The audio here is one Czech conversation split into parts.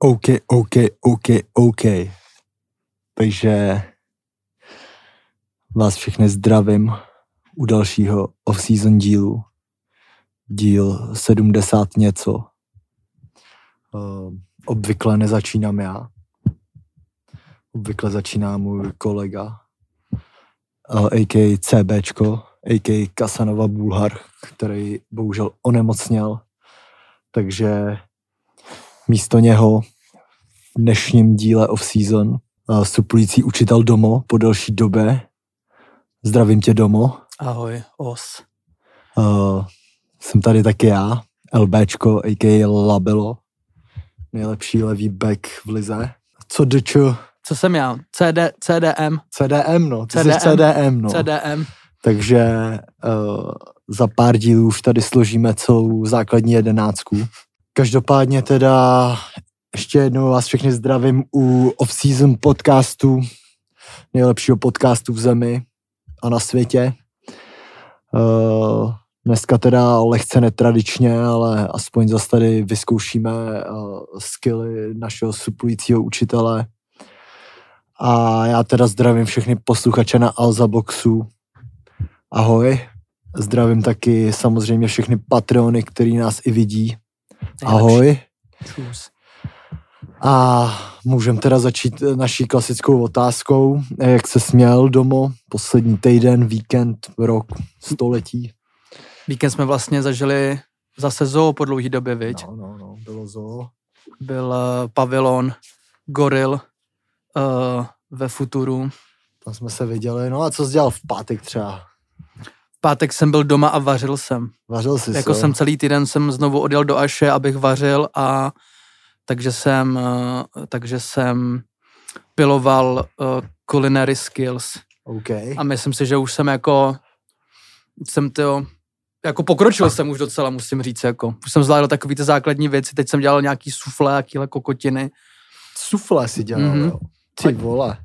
OK. Takže vás všechny zdravím u dalšího off-season dílu. Díl 70 něco. Obvykle nezačínám já. Obvykle začíná můj kolega, a.k.a. CBčko, a.k.a. Kasanova Bulhar, který bohužel onemocněl. Takže místo něho v dnešním díle off-season suplující učitel Domo po delší době. Zdravím tě, Domo. Ahoj, Os. Jsem tady taky já, LBčko, a.k.a. Labelo. Nejlepší levý back v lize. Co DČ? Co jsem já? CDM. CDM, no. Ty jsi CDM, no. CDM. Takže za pár dílů už tady složíme celou základní 11. Každopádně teda ještě jednou vás všechny zdravím u off-season podcastu, nejlepšího podcastu v zemi a na světě. Dneska teda lehce netradičně, ale aspoň zase tady vyzkoušíme skilly našeho suplujícího učitele. A já teda zdravím všechny posluchače na Alza Boxu. Ahoj. Zdravím taky samozřejmě všechny Patreony, který nás i vidí. Ahoj. Čus. A můžeme teda začít naší klasickou otázkou. Jak se směl, Domo? Poslední týden, víkend, rok, století. Víkend jsme vlastně zažili zase zoo po dlouhý době, viď? No, bylo zoo. Byl pavilon, goril ve Futuru. Tam jsme se viděli. No a co jsi dělal v pátek třeba? V pátek jsem byl doma a vařil jsem. Vařil jsi Jako jsem celý týden jsem znovu odjel do Aše, abych vařil a takže jsem piloval culinary skills. Okay. A myslím si, že už jsem jako pokročil jsem už docela, musím říct, jako. Už jsem zvládl takový ty základní věci, teď jsem dělal nějaký suflé, jakýhle kokotiny. Suflé si dělal, jo. Ty vole.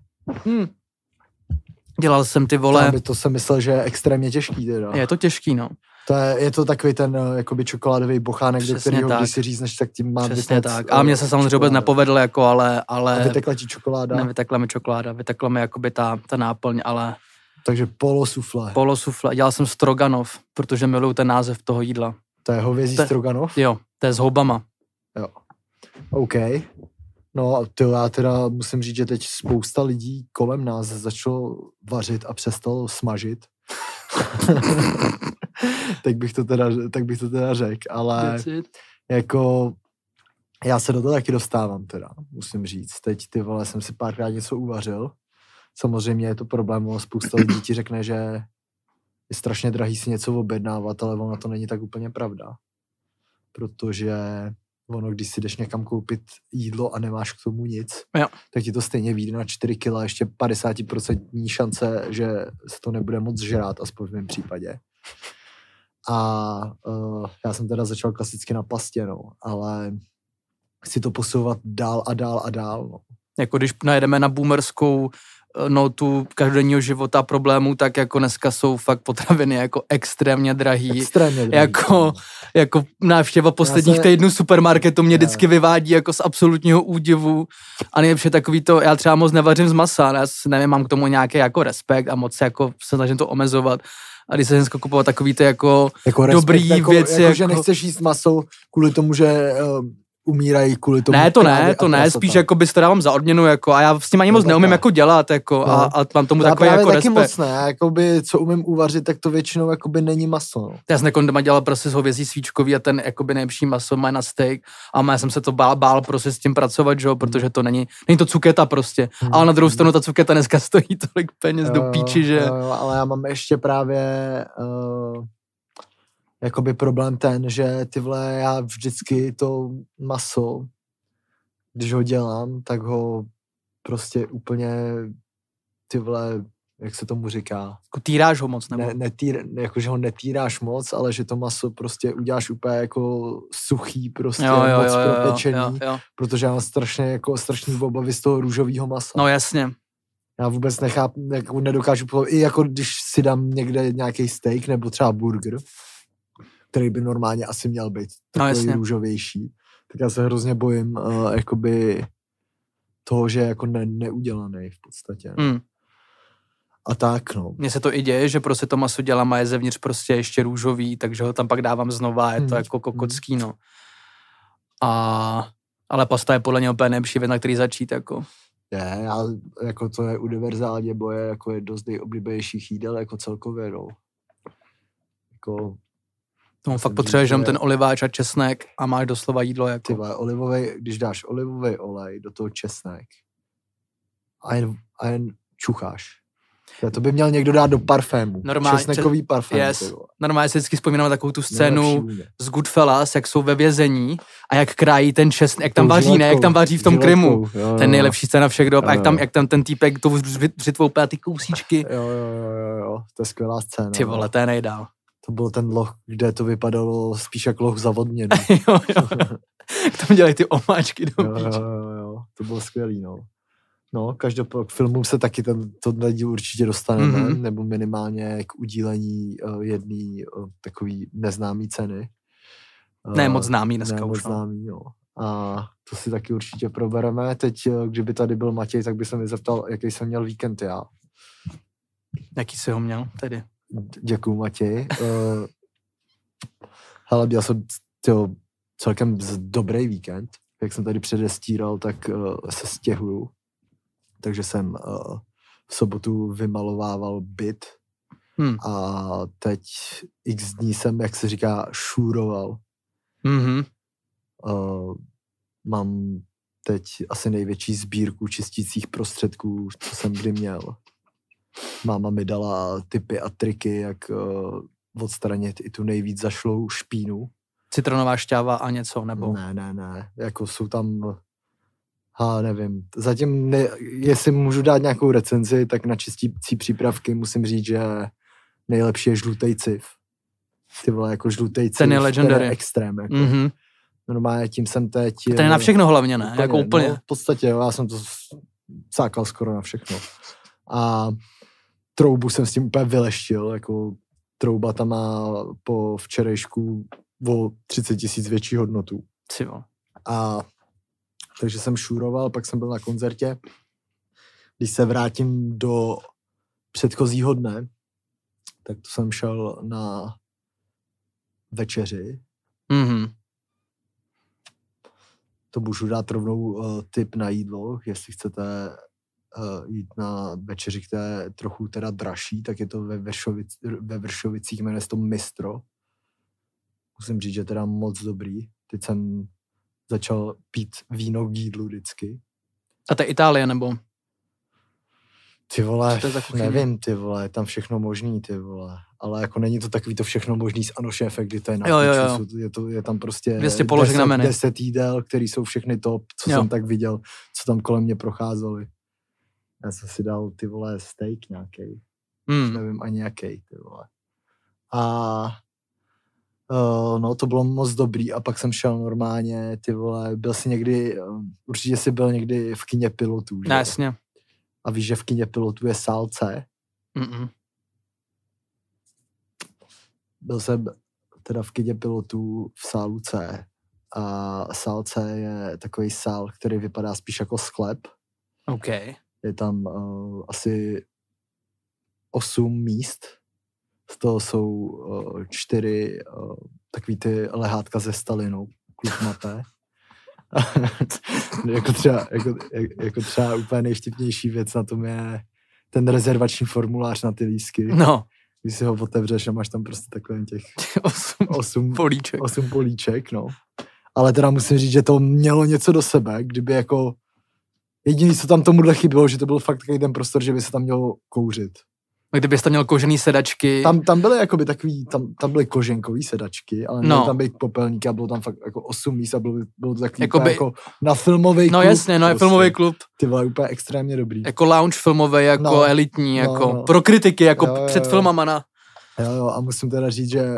Dělal jsem ty vole. To jsem myslel, že je extrémně těžký teda. Je to těžký, no. Je to takový ten jakoby čokoládový bochánek, do kterého když si řízneš, tak tím má vytec. Tak. A mně se samozřejmě vůbec nepovedl, jako, ale... A vytekla ti čokoláda? Nevytekla mi čokoláda, vytekla mi jakoby ta náplň, ale... Takže polosuflé. Polosuflé. Dělal jsem stroganov, protože miluju ten název toho jídla. To je hovězí stroganov? Jo, to je s houbama. Jo. OK. No a já teda musím říct, že teď spousta lidí kolem nás začalo vařit a přestalo smažit. tak bych to teda řekl, ale jako já se do toho taky dostávám teda, musím říct. Teď ty vole jsem si párkrát něco uvařil. Samozřejmě je to problém, spousta lidí ti řekne, že je strašně drahý si něco objednávat, ale ono to není tak úplně pravda. Protože ono, když si jdeš někam koupit jídlo a nemáš k tomu nic, jo, tak ti to stejně vyjde na 4 kg, ještě 50% šance, že se to nebude moc žrát, aspoň v mém případě. A já jsem teda začal klasicky na pastě, no, ale chci to posouvat dál a dál a dál, no. Jako když najedeme na boomerskou notu každodenního života problémů, tak jako dneska jsou fakt potraviny jako extrémně drahý. Jako návštěva posledních týdnů supermarketu mě vždycky vyvádí jako z absolutního údivu. A nejlepší takový to, já třeba moc nevařím z masa, já nevím, mám k tomu nějaký jako respekt a moc jako se snažím to omezovat. A když se dneska kupovat takový to jako dobrý respekt, věci. Jako, že nechceš jíst maso kvůli tomu, že umírají kvůli tomu. To ne, spíš jako by to dávám za odměnu, jako, a já s tím ani moc neumím jako dělat, jako, no. a mám tomu takový jako respekt. Moc ne, jakoby, co umím uvařit, tak to většinou jakoby není maso. No. Já jsem doma dělal prostě z hovězí svíčkový a ten jakoby nejlepší maso má na steak a já jsem se to bál prostě s tím pracovat, že? Protože to není to cuketa prostě, ale na druhou stranu ta cuketa dneska stojí tolik peněz do píči, že... ale já mám ještě právě... jakoby problém ten, že ty vole, já vždycky to maso, když ho dělám, tak ho prostě úplně, ty vole, jak se tomu říká? Jako týráš ho moc, nebo? Jakože ho netýráš moc, ale že to maso prostě uděláš úplně jako suchý, prostě moc propečený, protože já mám strašný obavy z toho růžového masa. No jasně. Já vůbec nechápu, jako nedokážu, i jako když si dám někde nějaký steak nebo třeba burger, který by normálně asi měl být takový růžovější, Tak já se hrozně bojím jakoby toho, že je jako neudělaný v podstatě. A tak, no. Mně se to i děje, že prostě to maso dělám a je zevnitř prostě ještě růžový, takže ho tam pak dávám znova, je to jako kokocký, no. Ale pasta je podle mě úplně nejlepší věc, na který začít, jako. Je, jako to je univerzálně boje, jako je dost nejoblíbenějších jídel, jako celkově, no. Jako... Tomu fakt potřebuješ jenom ten oliváč a česnek a máš doslova jídlo, jako. Ty vole, když dáš olivový olej do toho česnek a jen čucháš. To by měl někdo dát do parfému. Česnekový parfém. Yes. Normálně si vždycky vzpomínám na takovou tu scénu z Goodfellas, jak jsou ve vězení a jak krájí ten česnek, jak tam vaří, ne? Jak tam vaří v tom Krymu. Ten nejlepší scéna všech dob. A jak tam ten týpek to břitvou ty kousíčky. Jo. To je skvělá scéna. Ty vole, to je nejdál. To byl ten loh, kde to vypadalo spíš jak loh zavodněný. jo. Tam dělají ty omáčky do píče. Jo. To bylo skvělý, no. No, každopádně k filmu se taky tohle díl určitě dostaneme, nebo minimálně k udílení jedné takový neznámý ceny. Ne moc známý dneska ne už. Moc známý, no. A to si taky určitě probereme. Teď, kdyby tady byl Matěj, tak by se mi zeptal, jaký jsem měl víkend já. Jaký jsi ho měl tedy? Děkuju, Matěj. Hele, měl jsem celkem dobrý víkend. Jak jsem tady předestíral, tak se stěhuju. Takže jsem v sobotu vymalovával byt a teď x dní jsem, jak se říká, šúroval. Mám teď asi největší sbírku čistících prostředků, co jsem kdy měl. Máma mi dala tipy a triky, jak odstranit i tu nejvíc zašlou špínu. Citronová šťáva a něco, nebo? Ne. Jako jsou tam... nevím. Zatím, jestli můžu dát nějakou recenzi, tak na čistící přípravky musím říct, že nejlepší je žlutej civ. Ty vole, jako žlutej civ. Ten je legendary. Extrém, jako. Normálně tím jsem teď... To je na všechno hlavně, ne? Úplně, jako úplně. No, v podstatě, jo, já jsem to sákal skoro na všechno. A troubu jsem s tím úplně vyleštil, jako trouba tam má po včerejšku o 30 000 větší hodnotu. A takže jsem šúroval, pak jsem byl na koncertě. Když se vrátím do předchozího dne, tak to jsem šel na večeři. To můžu dát rovnou tip na jídlo, jestli chcete jít na večeři, která je trochu teda dražší, tak je to ve Vršovicích, jmenuje se to Mistro. Musím říct, že teda moc dobrý. Teď jsem začal pít víno k jídlu vždycky. A to je Itálie, nebo? Ty vole, nevím, ty vole, tam všechno možný, ty vole. Ale jako není to takový to všechno možný s Ano šéfe, kdy to je na píču. Je tam prostě 200 položek na menu. 10 jídel, který jsou všechny top, co jsem tak viděl, co tam kolem mě procházeli. Já jsem si dal, ty vole, steak nějaký. Nevím ani jaký, ty vole. A no, to bylo moc dobrý a pak jsem šel normálně, ty vole, byl jsi někdy, určitě jsi byl někdy v kině Pilotů, že? Jasně. A víš, že v kině Pilotů je sál C? Byl jsem teda v kině Pilotů v sálu C a sál C je takový sál, který vypadá spíš jako sklep. OK. Je tam asi 8 míst. Z toho jsou 4 takový ty lehátka ze Stalinou, klukmaté. jako třeba úplně nejštipnější věc na tom je ten rezervační formulář na ty lístky. No. Když si ho otevřeš a máš tam prostě takhle těch 8 políček. 8 políček, no. Ale teda musím říct, že to mělo něco do sebe, kdyby jako jediný, co tam tomuhle chybělo, že to byl fakt takový ten prostor, že by se tam mělo kouřit. Kdybys tam měl kožený sedačky. Tam byly jakoby takový, tam byly koženkový sedačky, ale měl tam být popelník a bylo tam fakt jako 8 míst a bylo to takový jako na filmový klub. No jasně, prostě. Filmový klub. Ty vole, úplně extrémně dobrý. Jako lounge filmový, jako elitní, jako pro kritiky, jako před filmama na... Jo, a musím teda říct, že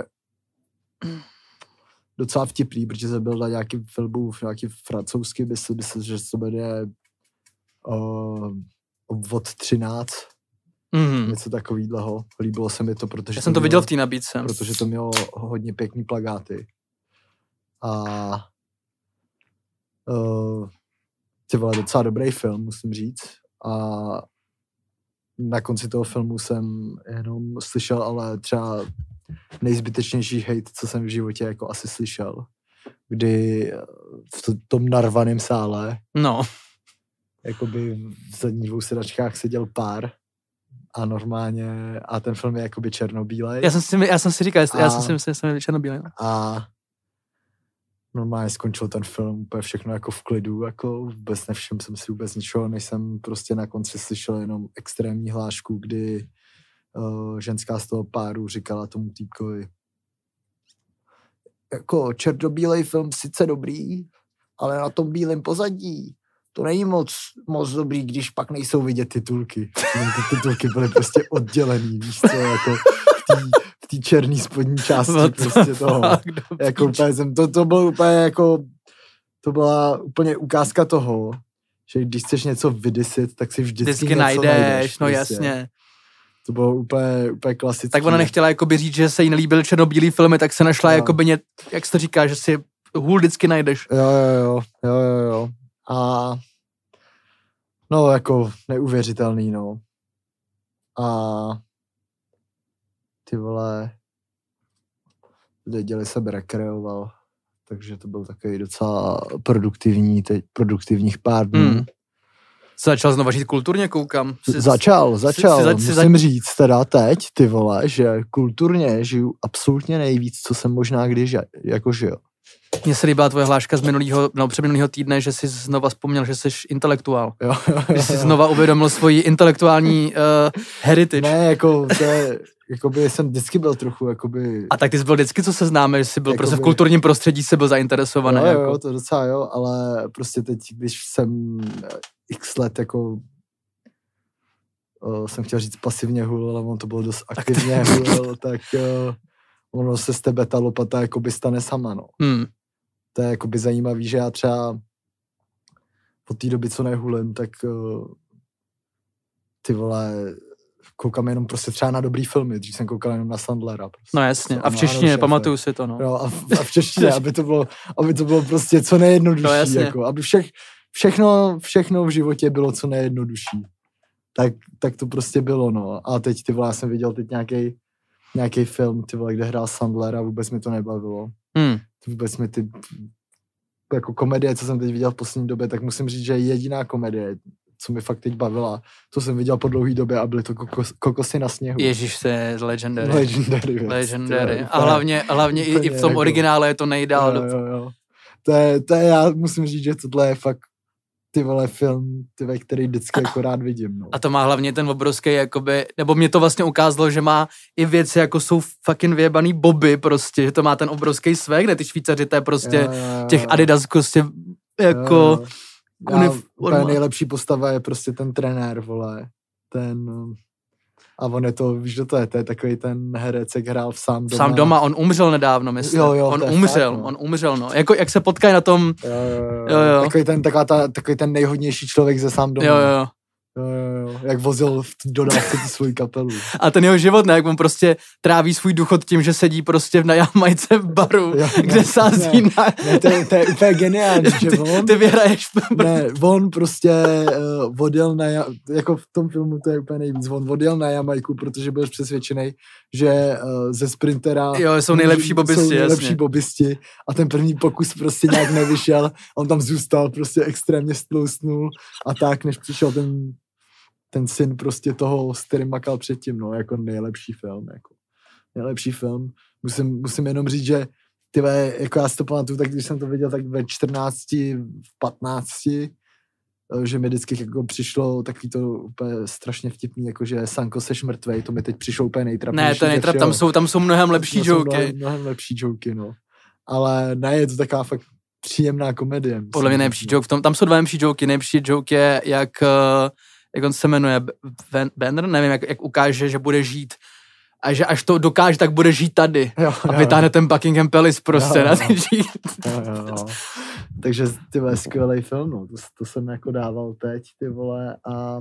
docela vtipný, protože jsem byl na nějakým filmu, nějaký francouzský, že se jmenuje od 13. Něco takovýhleho. Líbilo se mi to, protože... Já jsem to viděl v té nabídce. Protože to mělo hodně pěkný plakáty. A ty vole, docela dobrý film, musím říct. A na konci toho filmu jsem jenom slyšel, ale třeba nejzbytečnější hejt, co jsem v životě jako asi slyšel. Kdy v tom narvaném sále jakoby v zadních 2 sedačkách seděl pár a normálně, a ten film je jakoby černobílej. Já jsem si říkal, já jsem si myslel, že jsem černobílej. A normálně skončil ten film, úplně všechno jako v klidu, jako vůbec nevšiml jsem si vůbec ničeho, než jsem prostě na konci slyšel jenom extrémní hlášku, kdy ženská z toho páru říkala tomu týpkovi, jako černobílej film sice dobrý, ale na tom bílém pozadí to není moc dobrý, když pak nejsou vidět titulky. Ty titulky byly prostě oddělený, víš co, jako v té černé spodní části prostě toho. Jako úplně to bylo úplně jako, to byla úplně ukázka toho, že když chceš něco vydisit, tak si vždycky něco najdeš. No prostě. Jasně. To bylo úplně klasické. Tak ona nechtěla jakoby říct, že se jí nelíbily černobílý filmy, tak se našla jakoby jak se to říká, že si hůl vždycky najdeš. Jo. A no jako neuvěřitelný, no. A ty vole, děli se rekreoval, takže to byl takový docela produktivních pár dnů. Začal znova žít kulturně, koukám. Začal. Musím říct teda teď, ty vole, že kulturně žiju absolutně nejvíc, co jsem možná kdy jako žil. Mně se líbila tvoje hláška z předminulého týdne, že jsi znova vzpomněl, že jsi intelektuál. Jo. Že jsi znova uvědomil svoji intelektuální heritage. Ne, jako to je, jakoby jsem vždycky byl trochu, jakoby... A tak ty jsi byl vždycky, co se známe, že jsi byl prostě v kulturním prostředí, jsi byl zainteresovaný. Jo, jako. to docela jo, ale prostě teď, když jsem x let jako jsem chtěl říct pasivně hul, ale on to bylo dost aktivně hul, tak ono se z tebe ta lopata jakoby stane sama, no. To je jakoby zajímavý, že já třeba od té doby, co nehulím, tak ty vole, koukám jenom prostě třeba na dobrý filmy, dřív jsem koukal jenom na Sandlera. Prostě. No jasně, a v češtině, pamatuju si to, no. Jo, a v češtině, aby to bylo prostě co nejjednodušší, no, jako, aby všechno v životě bylo co nejjednodušší. Tak to prostě bylo, no. A teď, ty vole, já jsem viděl teď nějaký film, ty vole, kde hrál Sandler a vůbec mi to nebavilo. Vůbec mi ty jako komedie, co jsem teď viděl v poslední době, tak musím říct, že jediná komedie, co mi fakt teď bavila, to jsem viděl po dlouhé době a byly to kokosy na sněhu. Ježíš, se je Legendary. A hlavně i v tom originále je to nejdál. Jo. To je, já musím říct, že tohle je fakt ty vole film, který vždycky jako rád vidím. No. A to má hlavně ten obrovský, jakoby, nebo mě to vlastně ukázalo, že má i věci, jako jsou fucking vyjebaný boby prostě, že to má ten obrovský svek, ne ty Švýcaři, to je prostě těch Adidas prostě jako... Ta nejlepší postava je prostě ten trenér, vole. A on je to, víš, to je takový ten herec, jak hrál v Sám doma. Sám doma, on umřel nedávno, myslím. Jo, on umřel, no. Jako, jak se potkají na tom... Jo. Takový ten nejhodnější člověk ze Sám doma. Jo. Jak vozil v dodávce tu svoji kapelu. A ten jeho život, ne, jak on prostě tráví svůj důchod tím, že sedí prostě na Jamajce v baru, kde sází na... Ne, to je úplně geniální, že on... Ty vyhraješ... Ne, on prostě odjel na... Jako v tom filmu to je úplně nejvíc. On odjel na Jamajku, protože byl přesvědčený, že ze sprintera... Jo, jsou nejlepší bobisti, a ten první pokus prostě nějak nevyšel. On tam zůstal, prostě extrémně stloustnul a tak, než přišel ten syn prostě toho, s kterým makal předtím, no, jako nejlepší film. Musím jenom říct, že tyhle, jako já si to pamatuju, tak když jsem to viděl tak ve 14, v 15, že mi vždycky jako přišlo takový to úplně strašně vtipný, jako že Sanko, seš mrtvej, to mi teď přišlo úplně nejtrapnější. Ne, to je nejtrap, tam jsou mnohem lepší joky. Mnohem lepší joky, no. Ale ne, je to taková fakt příjemná komedie. Podle mě nejlepší joke, tam jsou dva nejlepší joky. Nejlepší joke je, jak on se jmenuje, Banner, nevím, jak ukáže, že bude žít a že až to dokáže, tak bude žít tady. A vytáhne ten Buckingham Palace prostě na ten žít. Jo. Takže ty vole, skvělej film, no. To jsem jako dával teď, ty vole, a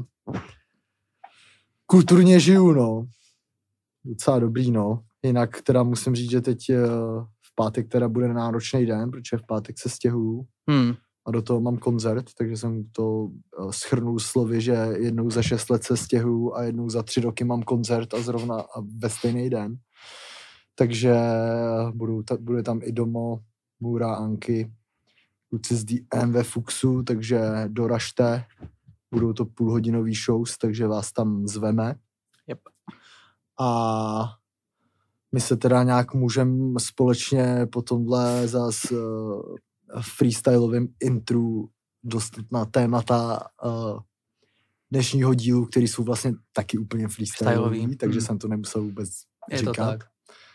kulturně žiju, no. Docela dobrý, no. Jinak teda musím říct, že teď v pátek teda bude náročný den, protože v pátek se stěhuju. a do toho mám koncert, takže jsem to shrnul slovy, že jednou za 6 let se stěhuju a jednou za 3 roky mám koncert a zrovna ve stejný den. Takže bude tam i Domo, Můra, Anky, kluci z DM ve Fuxu, takže doražte. Budou to půlhodinový shows, takže vás tam zveme. Yep. A my se teda nějak můžeme společně po tomhle zas freestylovým intru dostat na témata dnešního dílu, který jsou vlastně taky úplně freestylový, takže jsem to nemusel vůbec říkat. To tak.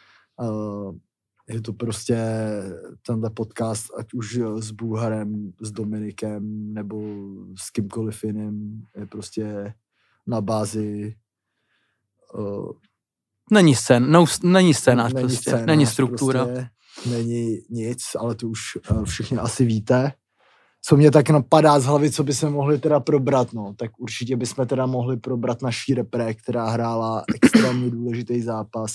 Je to prostě tenhle podcast, ať už s Bulharem, s Dominikem, nebo s kýmkoliv jiným, je prostě na bázi... Není scénář prostě, není struktura. Prostě, není nic, ale to už všichni asi víte. Co mě tak napadá z hlavy, co by se mohli teda probrat, no, tak určitě bychom teda mohli probrat naší repre, která hrála extrémně důležitý zápas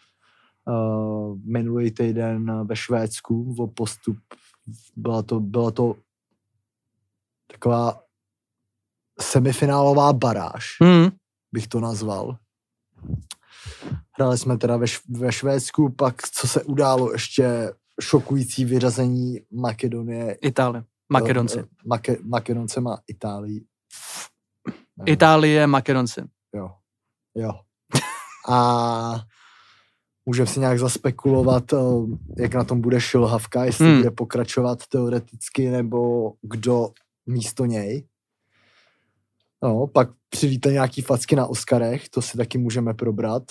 minulý týden ve Švédsku o postup. Byla to taková semifinálová baráž, bych to nazval. Hráli jsme teda ve Švédsku, pak co se událo, ještě šokující vyřazení Makedonie. Itálie. Makedonci. Makedoncem a Itálii. Itálie, Makedonci. Jo. A můžeme si nějak zaspekulovat, jak na tom bude Šilhavka, jestli bude pokračovat teoreticky, nebo kdo místo něj. No, pak přilítly nějaký facky na Oscarech, to si taky můžeme probrat.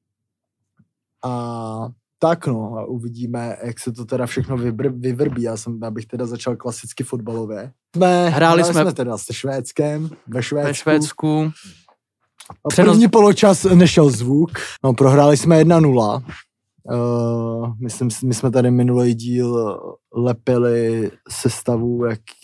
A tak no, a uvidíme, jak se to teda všechno vyvrbí. Já bych teda začal klasicky fotbalově. Hráli jsme teda se Švédskem, ve Švédsku. První poločas nešel zvuk. No, prohráli jsme 1-0. My jsme tady minulý díl lepili sestavu,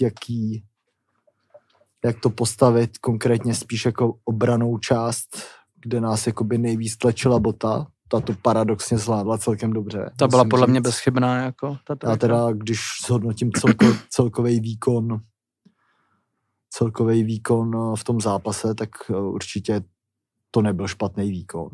jak to postavit, konkrétně spíš jako obranou část, kde nás jakoby nejvíc tlačila Bota. Ta to paradoxně zvládla celkem dobře. Ta byla podle mě bezchybná. Jako, já teda, když zhodnotím celkový výkon v tom zápase, tak určitě to nebyl špatný výkon.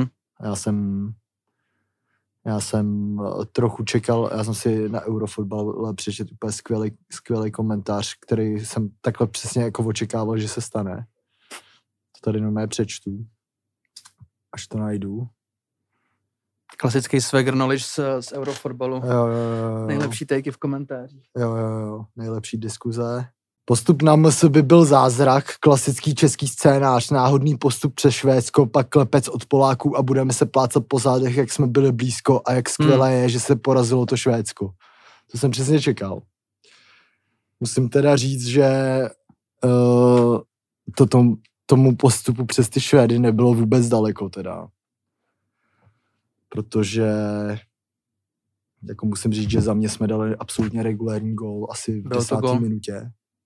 Já jsem trochu čekal, já jsem si na Eurofotbal přečetl úplně skvělý komentář, který jsem takhle přesně jako očekával, že se stane. To tady normálně přečtu, až to najdu. Klasický swagger knowledge z Eurofotbalu. Jo. Nejlepší takey v komentářích. Jo. Nejlepší diskuze. Postup na MS by byl zázrak, klasický český scénář, náhodný postup přes Švédsko, pak klepec od Poláků a budeme se plácat po zádech, jak jsme byli blízko a jak skvělé je, že se porazilo to Švédsko. To jsem přesně čekal. Musím teda říct, že tomu postupu přes ty Švédy nebylo vůbec daleko teda. Protože jako musím říct, že za mě jsme dali absolutně regulérní gól asi v 10. minutě.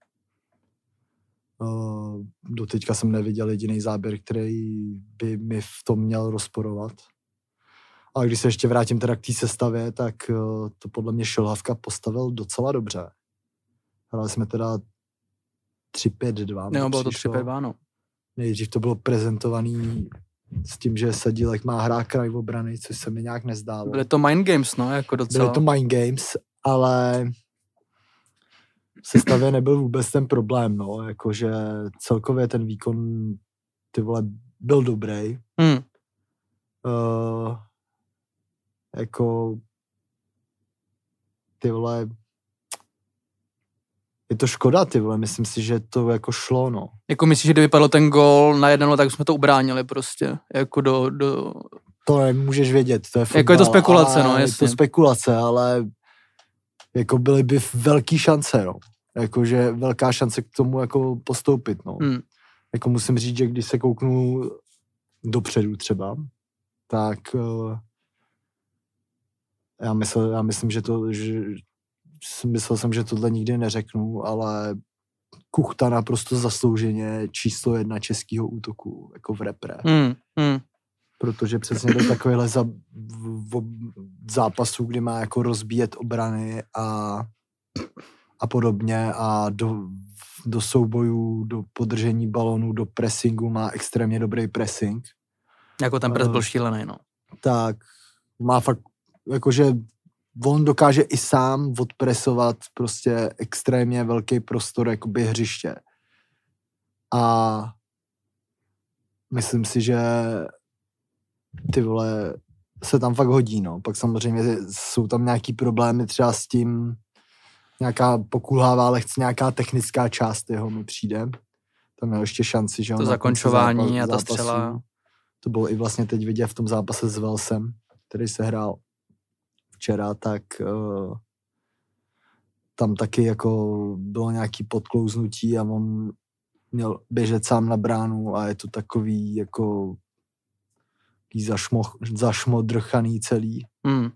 Doteďka jsem neviděl jediný záběr, který by mi v tom měl rozporovat. A když se ještě vrátím teda k té sestavě, tak to podle mě Šilhavka postavil docela dobře. Hráli jsme teda 3-5-2. Jo, bylo to 3-5-2, no. Nejdřív to bylo prezentovaný s tím, že Sadílek má hrát kraj v obrany, což se mi nějak nezdálo. Byly to mind games, no, jako docela. Byly to mind games, ale v sestavě nebyl vůbec ten problém, no, jakože celkově ten výkon, ty vole, byl dobrý. Jako ty vole, je to škoda, ty vole, myslím si, že to jako šlo, no. Jako myslíš, že kdyby padl ten gól na 1-0, tak jsme to ubránili prostě, jako do... To nemůžeš vědět, to je fotbal. Jako je to spekulace, no, jasně. Je to spekulace, ale jako byly by velký šance, no. Jakože velká šance k tomu jako postoupit, no. Jako musím říct, že když se kouknu dopředu třeba, tak já myslím, že myslel jsem, že tohle nikdy neřeknu, ale Kuchta naprosto zaslouženě číslo 1 českého útoku, jako v repre. Protože přesně do takovéhle zápasů, kdy má jako rozbíjet obrany a podobně a do soubojů, do podržení balonů, do pressingu má extrémně dobrý pressing. Jako ten pres byl šílený, no. Tak, má fakt, jakože on dokáže i sám odpresovat prostě extrémně velký prostor jakoby hřiště. A myslím si, že ty vole se tam fakt hodí, no. Pak samozřejmě jsou tam nějaký problémy třeba s tím, nějaká pokulhává lehce nějaká technická část jeho mi přijde. Tam je ještě šanci, že on to zakončování a ta střela. To bylo i vlastně teď vidět v tom zápase s Walesem, který se hrál včera, tak tam taky jako bylo nějaký podklouznutí a on měl běžet sám na bránu a je to takový jako zašmodrchaný celý.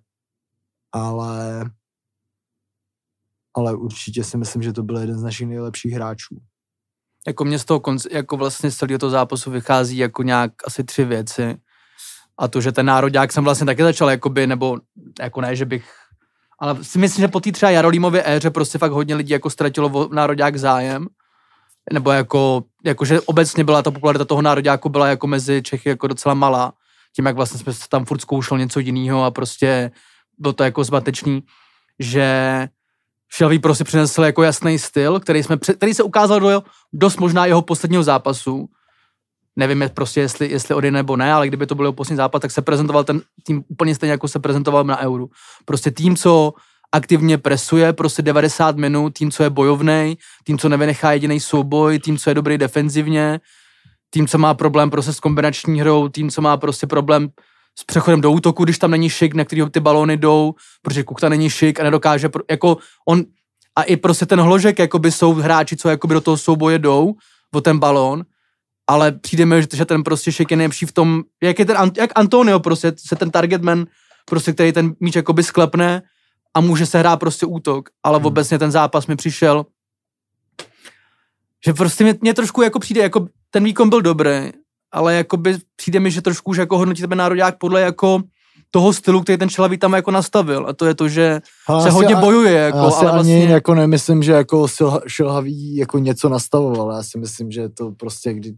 Ale určitě si myslím, že to byl jeden z našich nejlepších hráčů. Jako mě z toho jako vlastně z celého toho zápasu vychází jako nějak asi 3 věci. A to, že ten nároďák jsem vlastně taky začal jakoby, nebo jako ne, že bych, ale si myslím, že po té třeba Jarolímově éře prostě fakt hodně lidí jako ztratilo nároďák zájem. Nebo jako že obecně byla ta popularita toho nároďáku byla jako mezi Čechy jako docela malá. Tím, jak vlastně jsme tam furt zkoušel něco jiného a prostě bylo to jako zmatečný, že Shelby prostě přinesl jako jasný styl, který se ukázal do dost možná jeho posledního zápasu. Nevím prostě, jestli odjde nebo ne, ale kdyby to byl jeho poslední zápas, tak se prezentoval ten tým úplně stejně, jako se prezentoval na Euru. Prostě tým, co aktivně presuje, prostě 90 minut, tým, co je bojovnej, tým, co nevynechá jediný souboj, tým, co je dobrý defenzivně, tým, co má problém prostě s kombinační hrou, tým, co má prostě problém s přechodem do útoku, když tam není šik, na kterýho ty balóny jdou, protože Kuchta není šik a nedokáže, jako on, a i prostě ten Hložek, jakoby jsou hráči, co jakoby do toho souboje jdou o ten balón, ale přijde mi, že ten prostě šik je nejlepší v tom, jak Antonio prostě, se ten targetman, prostě, který ten míč jakoby sklepne a může se hrát prostě útok, ale obecně ten zápas mi přišel, že prostě mě trošku jako přijde, jako ten výkon byl dobrý, ale jakoby přijde mi, že trošku už jako hodnotí tebe nároďák podle jako toho stylu, který ten Šilhavý tam jako nastavil. A to je to, že se hodně bojuje. Jako, ale vlastně ani jako nemyslím, že jako Šilhavý jako něco nastavoval. Já si myslím, že to prostě, kdy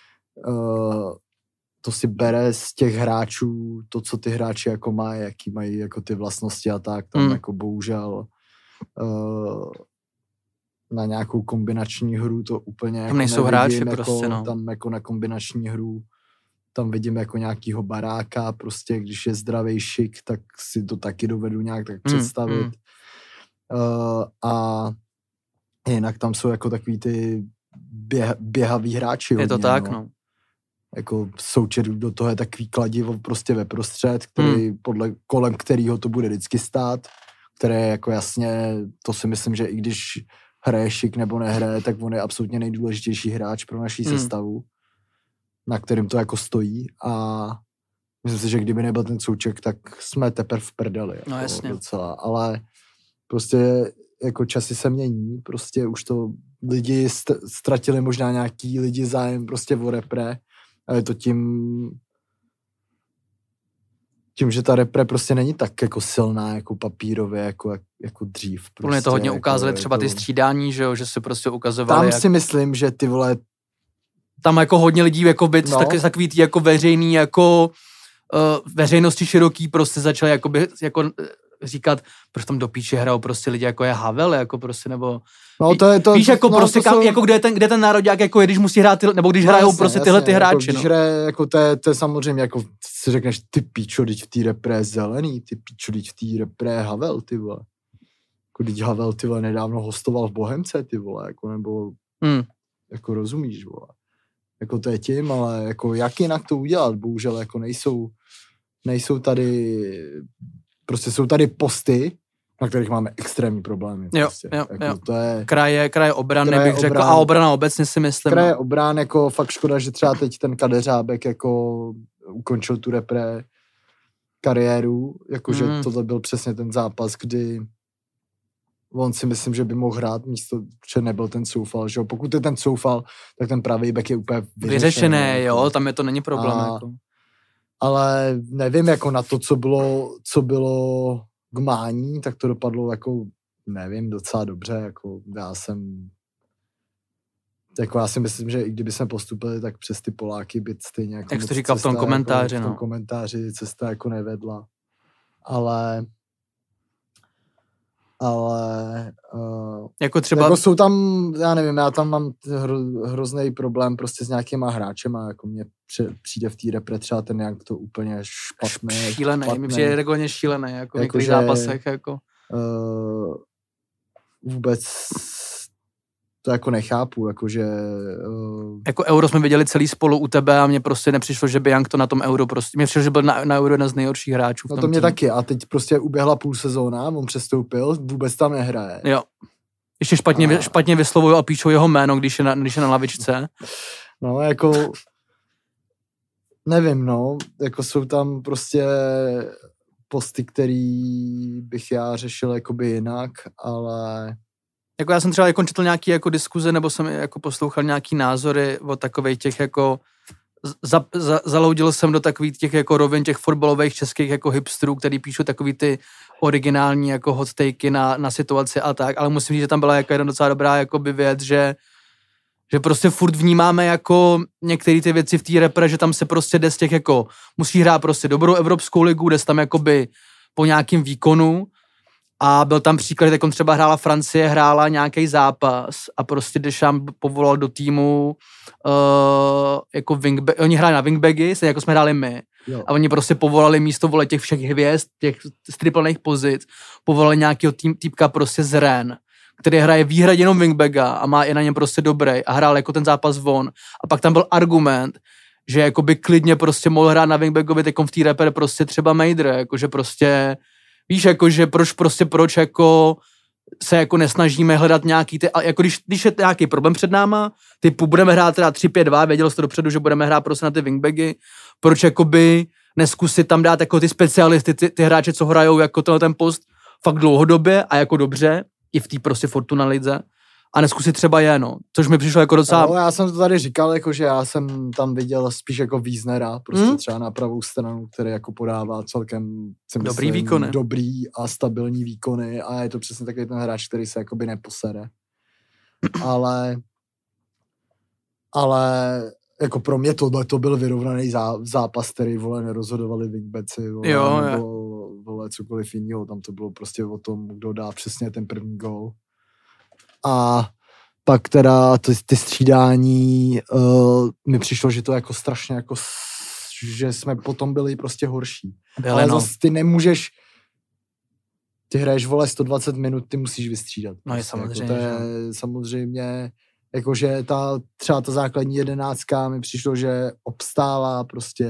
to si bere z těch hráčů, to, co ty hráči jako mají, jaký mají jako ty vlastnosti a tak, tam jako bohužel na nějakou kombinační hru to úplně jako tam nejsou hráči jako, prostě, no. Tam jako na kombinační hru tam vidím jako nějakýho Baráka, prostě když je zdravý šik, tak si to taky dovedu nějak tak představit. A jinak tam jsou jako takový ty běhavý hráči. Je to hodně, tak, no. Jako Součet do toho je takový kladivo prostě ve prostřed, který kolem kterýho to bude vždycky stát, které jako jasně, to si myslím, že i když hraje šik nebo nehraje, tak on je absolutně nejdůležitější hráč pro naší sestavu, na kterým to jako stojí a myslím si, že kdyby nebyl ten Souček, tak jsme teprve v prdeli. Jako no jasně. Docela. Ale prostě jako časy se mění, prostě už to lidi ztratili možná nějaký lidi zájem prostě o repre a je to tím, že ta repre prostě není tak jako silná jako papírově, jako dřív. Prostě, Plně to hodně ukázali jako, třeba ty střídání, že se prostě ukazovali. Tam si myslím, že ty vole... Tam jako hodně lidí jako být takový ty jako veřejný, jako veřejnosti široký prostě začali jako říkat, proč tam do píče hrajou prostě lidi jako je Havel, jako prostě, nebo... No to je to... Víš, jako no, prostě kam, jako kde ten nároďák, jako je, když musí hrát, nebo když hrajou prostě tyhle ty hráči, jako, když hraje, jako to je samozřejmě, jako si řekneš, ty píčo, teď v té repre je zelený, ty píčo, teď v té repre je Havel, ty vole. Jako teď Havel, ty vole, nedávno hostoval v Bohemce, ty vole, jako nebo... Jako rozumíš, vole. Jako to je tím, ale jako jak jinak to udělat, bohužel, jako nejsou tady... Prostě jsou tady posty, na kterých máme extrémní problémy. Prostě. Jo. To je, kraje obrany bych řekl, a obrana obecně si myslím. Kraje obrany, jako fakt škoda, že třeba teď ten Kadeřábek jako ukončil tu repre kariéru, jakože tohle byl přesně ten zápas, kdy on si myslím, že by mohl hrát místo, že nebyl ten Soufal, že jo. Pokud je ten Soufal, tak ten pravý back je úplně vyřešený. Jo, tam je to není problém. Jako. Ale nevím, jako na to, co bylo k mání, tak to dopadlo jako nevím, docela dobře, jako já si myslím, že i kdyby jsme postupili, tak přes ty Poláky by stejně jako... Jak jsi to říkal v tom komentáři, v tom komentáři cesta jako nevedla. Ale jako třeba... Jako jsou tam, já nevím, já tam mám hrozný problém prostě s nějakýma hráčema, jako mně přijde v té repre třeba ten jak to úplně špatný. Šílený, mi přijde regulárně šílený, jako v některých zápasech, jako... Vůbec to jako nechápu, jakože... Jako Euro jsme viděli celý spolu u tebe a mně prostě nepřišlo, že by Young to na tom Euro prostě... Mně přišlo, že byl na Euro jeden z nejhorších hráčů v tom to mě týmu. taky a teď prostě uběhla půl sezóna, on přestoupil, vůbec tam nehraje. Jo. Ještě špatně vyslovují a píšou jeho jméno, když je na lavičce. No, jako... Nevím, no. Jako jsou tam prostě posty, který bych já řešil jakoby jinak, ale... Jako já jsem třeba jako četl nějaký jako diskuze, nebo jsem jako poslouchal nějaký názory o takových těch jako... Zaloudil jsem do takových těch jako rovin těch fotbalových českých jako hipsterů, který píšou takový ty originální jako hot takey na situaci a tak, ale musím říct, že tam byla jako jedna docela dobrá jakoby věc, že prostě furt vnímáme jako některé ty věci v té repre, že tam se prostě jde z těch jako, musí hrát prostě dobrou evropskou ligu, jde tam jakoby po nějakým výkonu a byl tam příklad, jak on třeba hrála Francie, hrála nějaký zápas a prostě Deschamps povolal do týmu jako wingback, oni hráli na wingbacky, jako jsme hráli my. Jo. A oni prostě povolali místo těch všech hvězd, těch striplných pozic, povolali nějakého týpka prostě z Rennes, který hraje výhradně jenom wingbacka a má i na něm prostě dobrý a hrál jako ten zápas von. A pak tam byl argument, že jakoby klidně prostě mohl hrát na wingbackovi teďkom v té repre prostě třeba Mejdr, jakože prostě, víš, jakože proč jako se jako nesnažíme hledat nějaký ty, jako když je nějaký problém před náma, typu budeme hrát teda 3-5-2, věděl jsi to dopředu, že budeme hrát prostě na ty wingbacky, proč jakoby neskusit tam dát jako ty specialisty, ty hráče, co hrajou jako ten post fakt dlouhodobě a jako dobře, i v té prostě Fortuna lidze, a neskusit třeba což mi přišlo jako docela... No, já jsem to tady říkal, jako, že já jsem tam viděl spíš jako Wiesnera, prostě třeba na pravou stranu, který jako podává celkem dobrý výkony. Dobrý a stabilní výkony a je to přesně takový ten hráč, který se jakoby neposere. Ale jako pro mě to byl vyrovnaný zápas, který, nerozhodovali wingbacki, nebo cokoliv jiného, tam to bylo prostě o tom, kdo dá přesně ten první gól. A pak teda ty střídání mi přišlo, že to jako strašně jako, že jsme potom byli prostě horší. Ale zase ty nemůžeš, ty hraješ 120 minut, ty musíš vystřídat. No je samozřejmě. Jako to je samozřejmě, jakože třeba ta základní 11 mi přišlo, že obstála prostě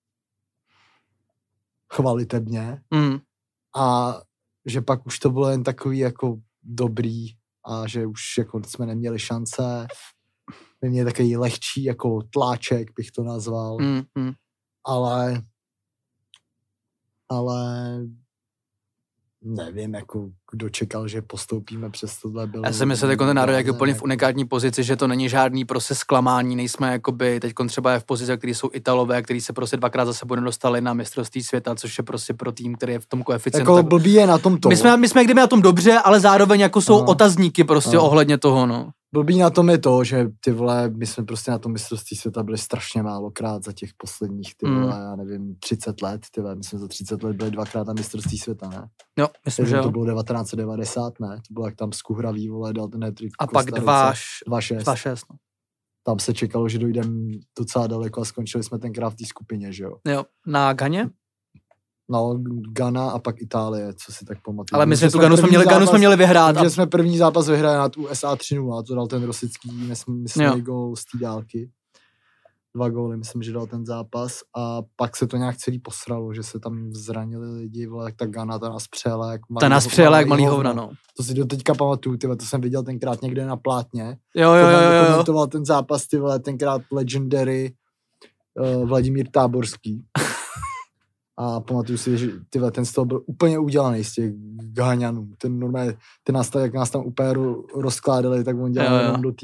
kvalitebně a že pak už to bylo jen takový jako dobrý a že už jako jsme neměli šance. Měli takový lehčí jako tláček, bych to nazval. Ale nevím, jako kdo čekal, že postoupíme přes tohle. Já si myslím, že ten národ je úplně v unikátní pozici, že to není žádný prostě zklamání, nejsme jakoby, teďkon třeba je v pozici, který jsou Italové, který se prostě dvakrát za sebou nedostali na mistrovství světa, což je prostě pro tým, který je v tom koeficientu. Jako blbý je na tom to. My jsme kdyby na tom dobře, ale zároveň jako jsou otazníky prostě ohledně toho, no. Blbý na tom je to, že ty vole, my jsme prostě na tom mistrovství světa byli strašně málokrát za těch posledních, ty vole, já nevím, 30 let, ty vole, my jsme za 30 let byli dvakrát na mistrovství světa, ne? Jo, myslím, že jo. To bylo 1990, ne? To bylo jak tam Skuhravý, vole, dal ten hat-trick. A pak 2-6. No. Tam se čekalo, že dojdeme docela daleko a skončili jsme tenkrát v té skupině, že jo? Jo, na Ghaně? No, Ghana a pak Itálie, co si tak pamatuju. Ale my jsme tu Ghanu jsme měli vyhrát. Takže jsme první zápas vyhráli na USA 3-0, to dal ten Rosický, myslím gól z té dálky. 2 góly, myslím, že dal ten zápas a pak se to nějak celý posralo, že se tam zranili lidi, vole, jak ta Ghana, ta nás přejela jak malý hovna, no. To si do teďka pamatuju, tyhle, to jsem viděl tenkrát někde na plátně. Jo. Komentoval ten zápas, tyhle, tenkrát legendary Vladimír Táborský. A pamatuju si, že ten z toho byl úplně udělaný z těch Ghaňanů. Jak nás tam úplně rozkládali, tak on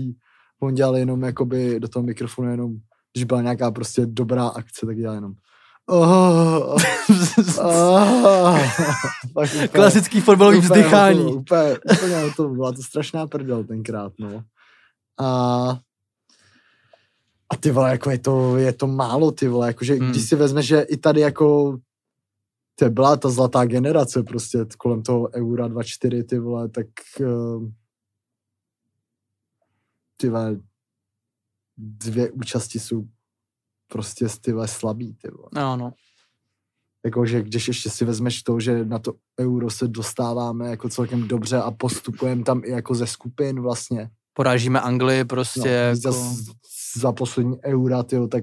dělal jenom jakoby do toho mikrofonu jenom, když byla nějaká prostě dobrá akce, tak dělal jenom Klasický fotbalový vzdychání. Úplně to byla to strašná prdel tenkrát, no. A ty vole, jako je to málo, ty vole, jakože když si vezmeš, že i tady jako to byla ta zlatá generace prostě kolem toho Eura 24, ty vole, tak ty vole, 2 účasti jsou prostě ty vole slabý, ty vole. No. Jakože když ještě si vezmeš to, že na to Euro se dostáváme jako celkem dobře a postupujeme tam i jako ze skupin vlastně. Porážíme Anglii prostě no, jako... Za poslední Eura, tyjo, tak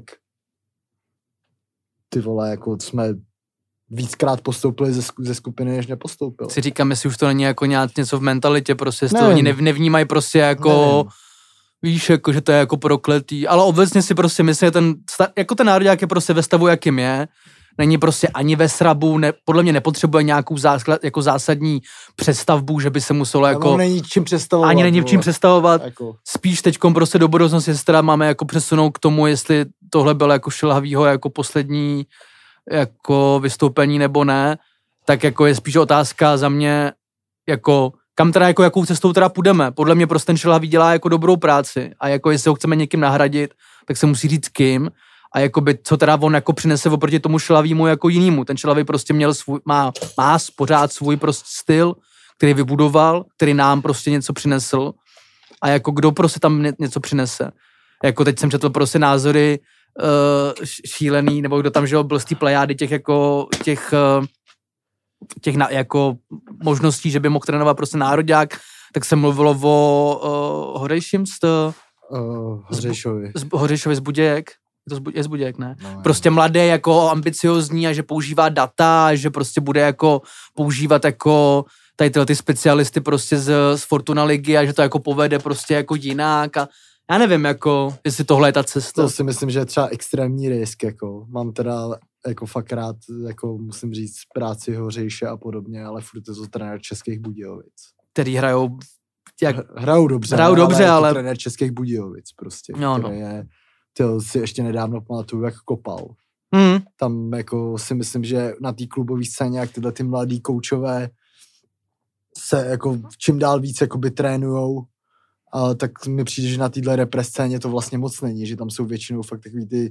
ty vole, jako jsme víckrát postoupili ze skupiny, než nepostoupili. Si říkám, jestli už to není jako něco v mentalitě, prostě, jestli to oni nevnímají prostě jako... Víš, jako, že to je jako prokletý, ale obecně si prostě myslím, jako ten národák je prostě ve stavu, jakým je, není prostě ani ve srabu, podle mě nepotřebuje nějakou jako zásadní přestavbu, že by se muselo jako... Není čím přestavovat. Ani není čím přestavovat, jako. Spíš teďkom prostě do budoucnosti se teda máme jako přesunout k tomu, jestli tohle bylo jako šilhavýho jako poslední jako vystoupení nebo ne, tak jako je spíš otázka za mě jako... Kam teda jako jakou cestou teda půjdeme? Podle mě prostě ten Šilhavý dělá jako dobrou práci a jako jestli ho chceme někým nahradit, tak se musí říct kým a jakoby co teda on jako přinese oproti tomu Šilavímu jako jinému. Ten Šilavý prostě měl má pořád svůj prostě styl, který vybudoval, který nám prostě něco přinesl a jako kdo prostě tam něco přinese. Jako teď jsem četl prostě názory šílený, nebo kdo tam žil, byl z té plejády těch jako možností, že by mohl trénovat prostě nároďák, tak se mluvilo o Hořejšovi z Budějek. Je z Budějek, ne? No, prostě mladý, jako ambiciozní a že používá data, že prostě bude jako používat jako tady ty specialisty prostě z Fortuna ligy a že to jako povede prostě jako jinak a já nevím, jako, jestli tohle je ta cesta. To si myslím, že je třeba extrémní risk, jako. Mám teda jako fakt rád, jako musím říct, práci Hořejše a podobně, ale furt je to trenér Českých Budějovic. Který hrajou hrajou dobře, ale trenér Českých Budějovic prostě, který je, tyjo, si ještě nedávno pamatuju, jak kopal. Tam jako si myslím, že na té klubové scéně, jak tyhle ty mladý koučové se jako čím dál víc jakoby trénujou, tak mi přijde, že na téhle repres scéně to vlastně moc není, že tam jsou většinou fakt takový ty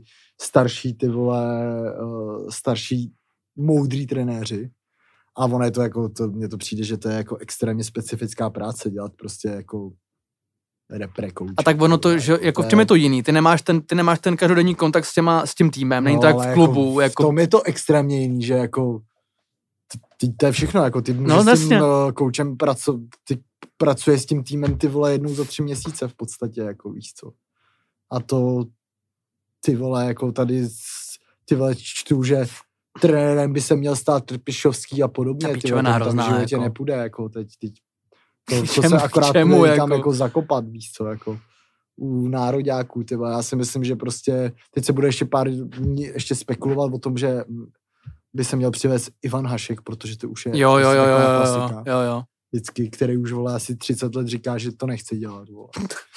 starší moudrý trenéři. A ono je to jako, mně to přijde, že to je jako extrémně specifická práce, dělat prostě jako repre coach. A tak ono to, že jako v čem je to jiný? Ty nemáš ten každodenní kontakt s tím týmem, není to jak v klubu. Jako... V tom je to extrémně jiný, že jako to je všechno, jako ty můžeš s tím koučem pracuje s tím týmem ty vole 1 za 3 měsíce v podstatě, jako víš co. A to ty vole, jako tady ty vole čtu, že trenérem by se měl stát Trpišovský a podobně, ty vole, tam v životě jako nepůjde, jako teď to se akorát půjde tam jako zakopat, víš co, jako u nároďáků, ty vole. Já si myslím, že prostě teď se bude ještě pár dní ještě spekulovat o tom, že by se měl přivést Ivan Hašek, protože to už je jo. Vždycky, který už vole asi 30 let říká, že to nechce dělat. Vole.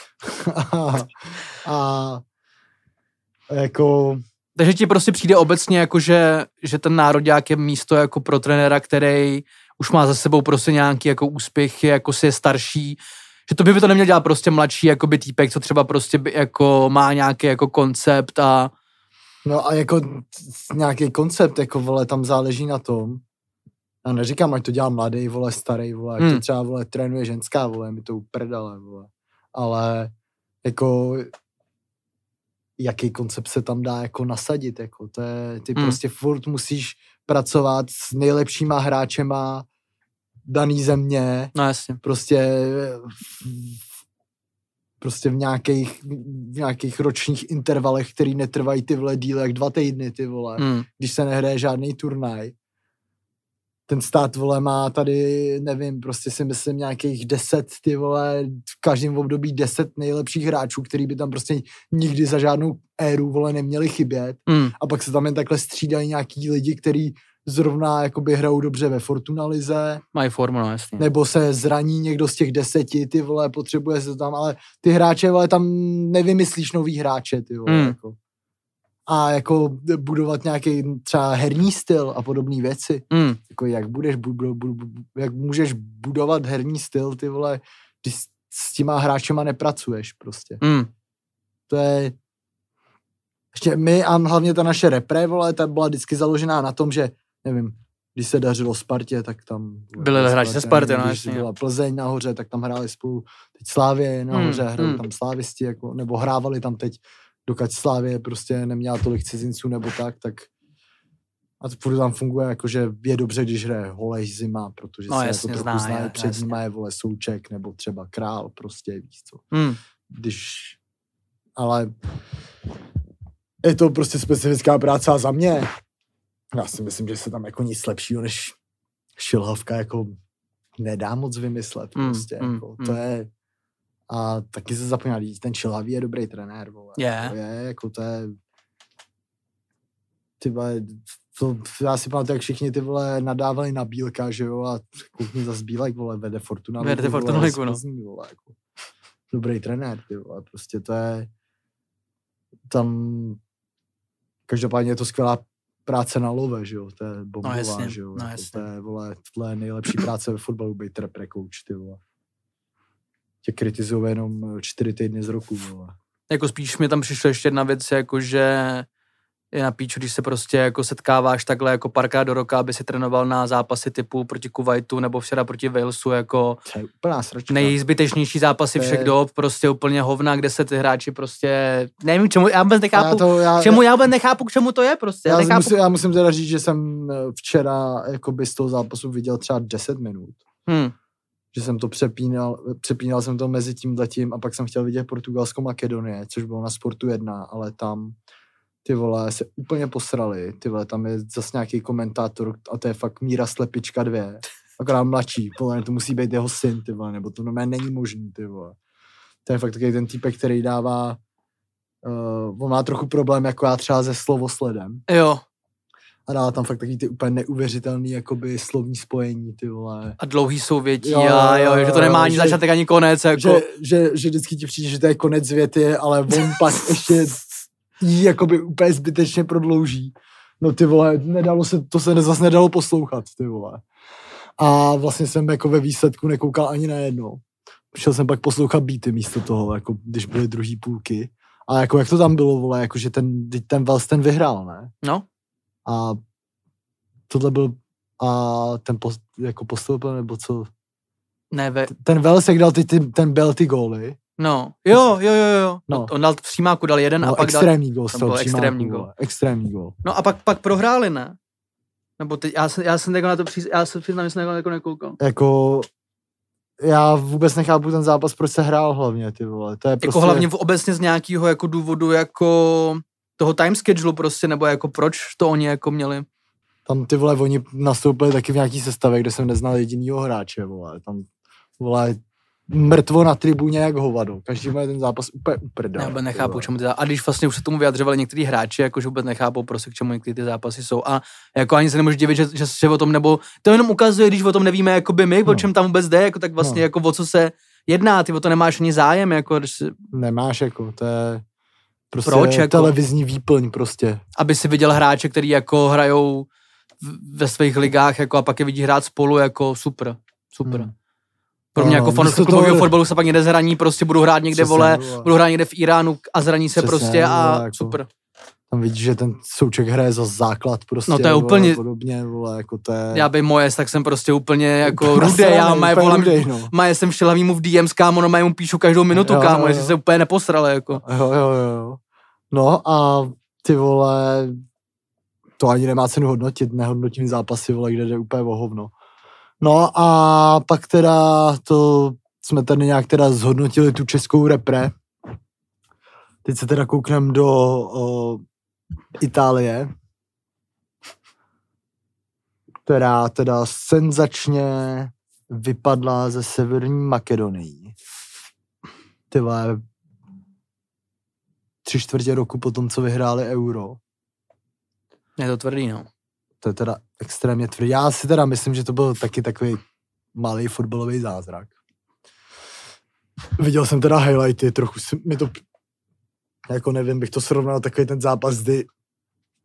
a jako... Takže ti prostě přijde obecně, jako že ten nároďák je místo jako pro trenéra, který už má za sebou prostě nějaký jako úspěch, jako si je starší, že to by to neměl dělat prostě mladší jakoby týpek, co třeba prostě by, jako má nějaký jako koncept a... No a jako nějaký koncept, jako vole, tam záleží na tom. Já neříkám, ať to dělá mladý, vole, starý, vole, ať to třeba, vole, trénuje ženská, vole, mi to uprdele, vole. Ale jako jaký koncept se tam dá jako nasadit, jako to je, ty prostě furt musíš pracovat s nejlepšíma hráčema daný země. No jasně. Prostě v nějakých ročních intervalech, který netrvají ty vole díle jak 2 týdny, ty vole, když se nehraje žádný turnaj. Ten stát, vole, má tady, nevím, prostě si myslím nějakých 10, ty vole, v každém období 10 nejlepších hráčů, který by tam prostě nikdy za žádnou éru, vole, neměli chybět. A pak se tam jen takhle střídají nějaký lidi, který zrovna jakoby hrajou dobře ve Fortuna lize. Mají formu, no jasně. Nebo se zraní někdo z těch 10, ty vole, potřebuje se tam, ale ty hráče, vole, tam nevymyslíš nový hráče, ty vole, jako. a jako budovat nějaký třeba herní styl a podobné věci. Jako jak můžeš budovat herní styl, ty vole, když s těma hráčema nepracuješ prostě. To je ještě my a hlavně ta naše repre, vole, ta byla vždycky založená na tom, že nevím, když se dařilo Spartě, tak tam byli hráči ze Sparty, no, když byla Plzeň nahoře, tak tam hráli spolu, teď Slávě nahoře, hrali tam slávisti, jako, nebo hrávali tam teď, dokud Slávě prostě neměla tolik cizinců nebo tak a to furt tam funguje, jakože je dobře, když hraje Holeš Zima, protože se jasně, to trochu znají, před nima je, vole, Souček, nebo třeba Král, prostě, víš co. Ale je to prostě specifická práce a za mě, já si myslím, že se tam jako nic lepšího než šilhavka jako nedá moc vymyslet, prostě, jako, to je, a taky se zapomněl, ten Šilhavý je dobrý trenér, vole, to je, jako to je, ty vole, já si pamatuju, jak všichni ty vole nadávali na Bílka, že jo, a koukni zas Bílek, vole, vede Fortuna Ligu, no. Vole, jako, dobrý trenér, ty vole, prostě to je, tam, každopádně je to skvělá práce na love, že jo, to je bombová, že jo, jako to je, vole, tohle je nejlepší práce ve fotbalu, být repre coach, ty vole. Tě kritizují jenom 4 týdny z roku, vole. Jako spíš mi tam přišlo ještě jedna věc, jako že je na píču, když se prostě jako setkáváš takhle jako párkrát do roka, aby si trénoval na zápasy typu proti Kuwaitu nebo včera proti Walesu, jako nejzbytečnější zápasy všech dob, prostě úplně hovna, kde se ty hráči prostě, nevím čemu, já vůbec nechápu, k čemu to je prostě. Já musím teda říct, že jsem včera jakoby z toho zápasu viděl třeba 10 minut. Že jsem to přepínal jsem to mezi tímhletím a pak jsem chtěl vidět Portugalsko-Makedonie, což bylo na Sportu 1, ale tam ty vole se úplně posrali, ty vole, tam je zase nějaký komentátor a to je fakt Míra Slepička 2, akorát mladší, vole, to musí být jeho syn, ty vole, nebo to normálně není možný, ty vole. To je fakt takový ten týpek, který dává, on má trochu problém, jako já třeba se slovosledem. Jo. A dává tam fakt takový ty úplně neuvěřitelný jakoby slovní spojení, ty vole. A dlouhý souvětí, že to nemá ani začátek, ani konec, jako. Že vždycky ti přijde, že to je konec věty, ale on pak ještě jí jakoby úplně zbytečně prodlouží. No ty vole, to se zase nedalo poslouchat, ty vole. A vlastně jsem jako ve výsledku nekoukal ani na jedno. Šel jsem pak poslouchat beaty místo toho, jako když byly druhý půlky. A jako jak to tam bylo, vole, jako že ten Vels ten vyhrál, ne? No. A tohle byl, a ten jako postoupil, nebo co? Ne, ten Vels, jak dal ten Bell ty góly. No, jo. No. On dal v přímáku, dal jeden a pak extrémní gól. Tam byl extrémní gól. No a pak prohráli, ne? Nebo teď, já jsem jako na to já se přiznám, že jsem jako nekoukal. Jako, já vůbec nechápu ten zápas, proč se hrál hlavně, ty vole. To je prostě... Jako hlavně obecně z nějakého jako důvodu, jako toho time schedule prostě, nebo jako proč to oni jako měli. Tam ty vole, oni nastoupili taky v nějaký sestavě, kde jsem neznal jedinýho hráče, vole. Tam, vole, mrtvo na tribuně jak hovado. Každý má ten zápas úplně uprdal. Já vůbec nechápu, čemu a když vlastně už se tomu vyjadřovali některý hráči, jakože vůbec nechápou prostě, k čemu některé ty zápasy jsou a jako ani se nemůžeš divit, že o tom nebo to jenom ukazuje, když o tom nevíme jakoby my, o čem tam vůbec jde, jako tak vlastně jako o co se jedná, ty o to nemáš ani zájem, jako nemáš, jako to je prostě proč, jako? Televizní výplň prostě. Aby si viděl hráče, který jako hrajou ve svých ligách, jako a pak je vidí hrát spolu, jako super. Pro mě jako fanoušek klubového fotbalu se pak někde zraní, prostě budu hrát někde, budu hrát někde v Iránu a zraní se prostě a jako, super. Tam vidíš, že ten Souček hraje za základ prostě. No to je úplně, podobně, vole, jako to je... Já by Mojes, tak jsem prostě úplně jako rudej, já Maje jsem v Šilhavýmu v DMs, kámo, no mu píšu každou minutu, kámo, jestli se úplně neposrali, jako. Jo. No a ty vole, to ani nemá cenu hodnotit, nehodnotím zápasy, vole, kde jde úplně o hovno. No a pak teda jsme tady nějak teda zhodnotili tu českou repre. Teď se teda koukneme do Itálie, která teda senzačně vypadla ze Severní Makedonii. Ty vole, 3/4 roku po tom, co vyhráli Euro. Je to tvrdý, no. To je teda extrémně tvrdý. Já si teda myslím, že to byl taky takový malý fotbalový zázrak. Viděl jsem teda highlighty, trochu mi to, jako nevím, bych to srovnal takový ten zápas, kdy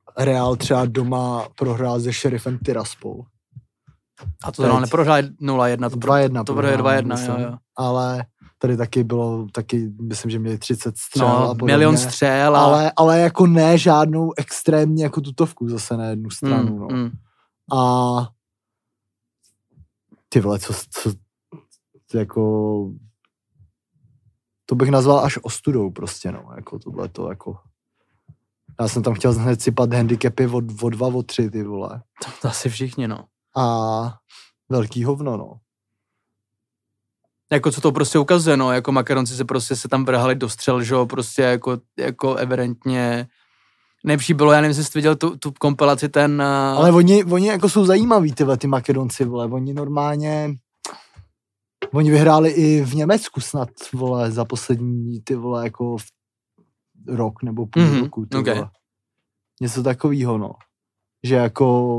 Real třeba doma prohrál se Sheriffem Tiraspol. A to tam neprohrál 0-1, to 2-1. To bude 2-1, jo. Ale tady taky bylo, myslím, že měli 30 střel a podobně. Milion střel. Ale jako ne žádnou extrémní jako tutovku zase na jednu stranu, A ty vole, co jako to bych nazval až ostudou prostě, jako tohleto, jako já jsem tam chtěl hned sypat handicapy o 2, o 3, ty vole. To asi všichni, A velký hovno, Jako co to prostě ukazuje, jako Makaronci se tam vrhali do střel, že jo, prostě jako evidentně nejlepší bylo, já nevím, jestli jsi viděl tu kompilaci Ale oni jako jsou zajímaví, ty Makedonci, vole, oni normálně oni vyhráli i v Německu snad, vole, za poslední, ty vole, jako rok nebo půl roku, ty vole. Něco takovýho, že jako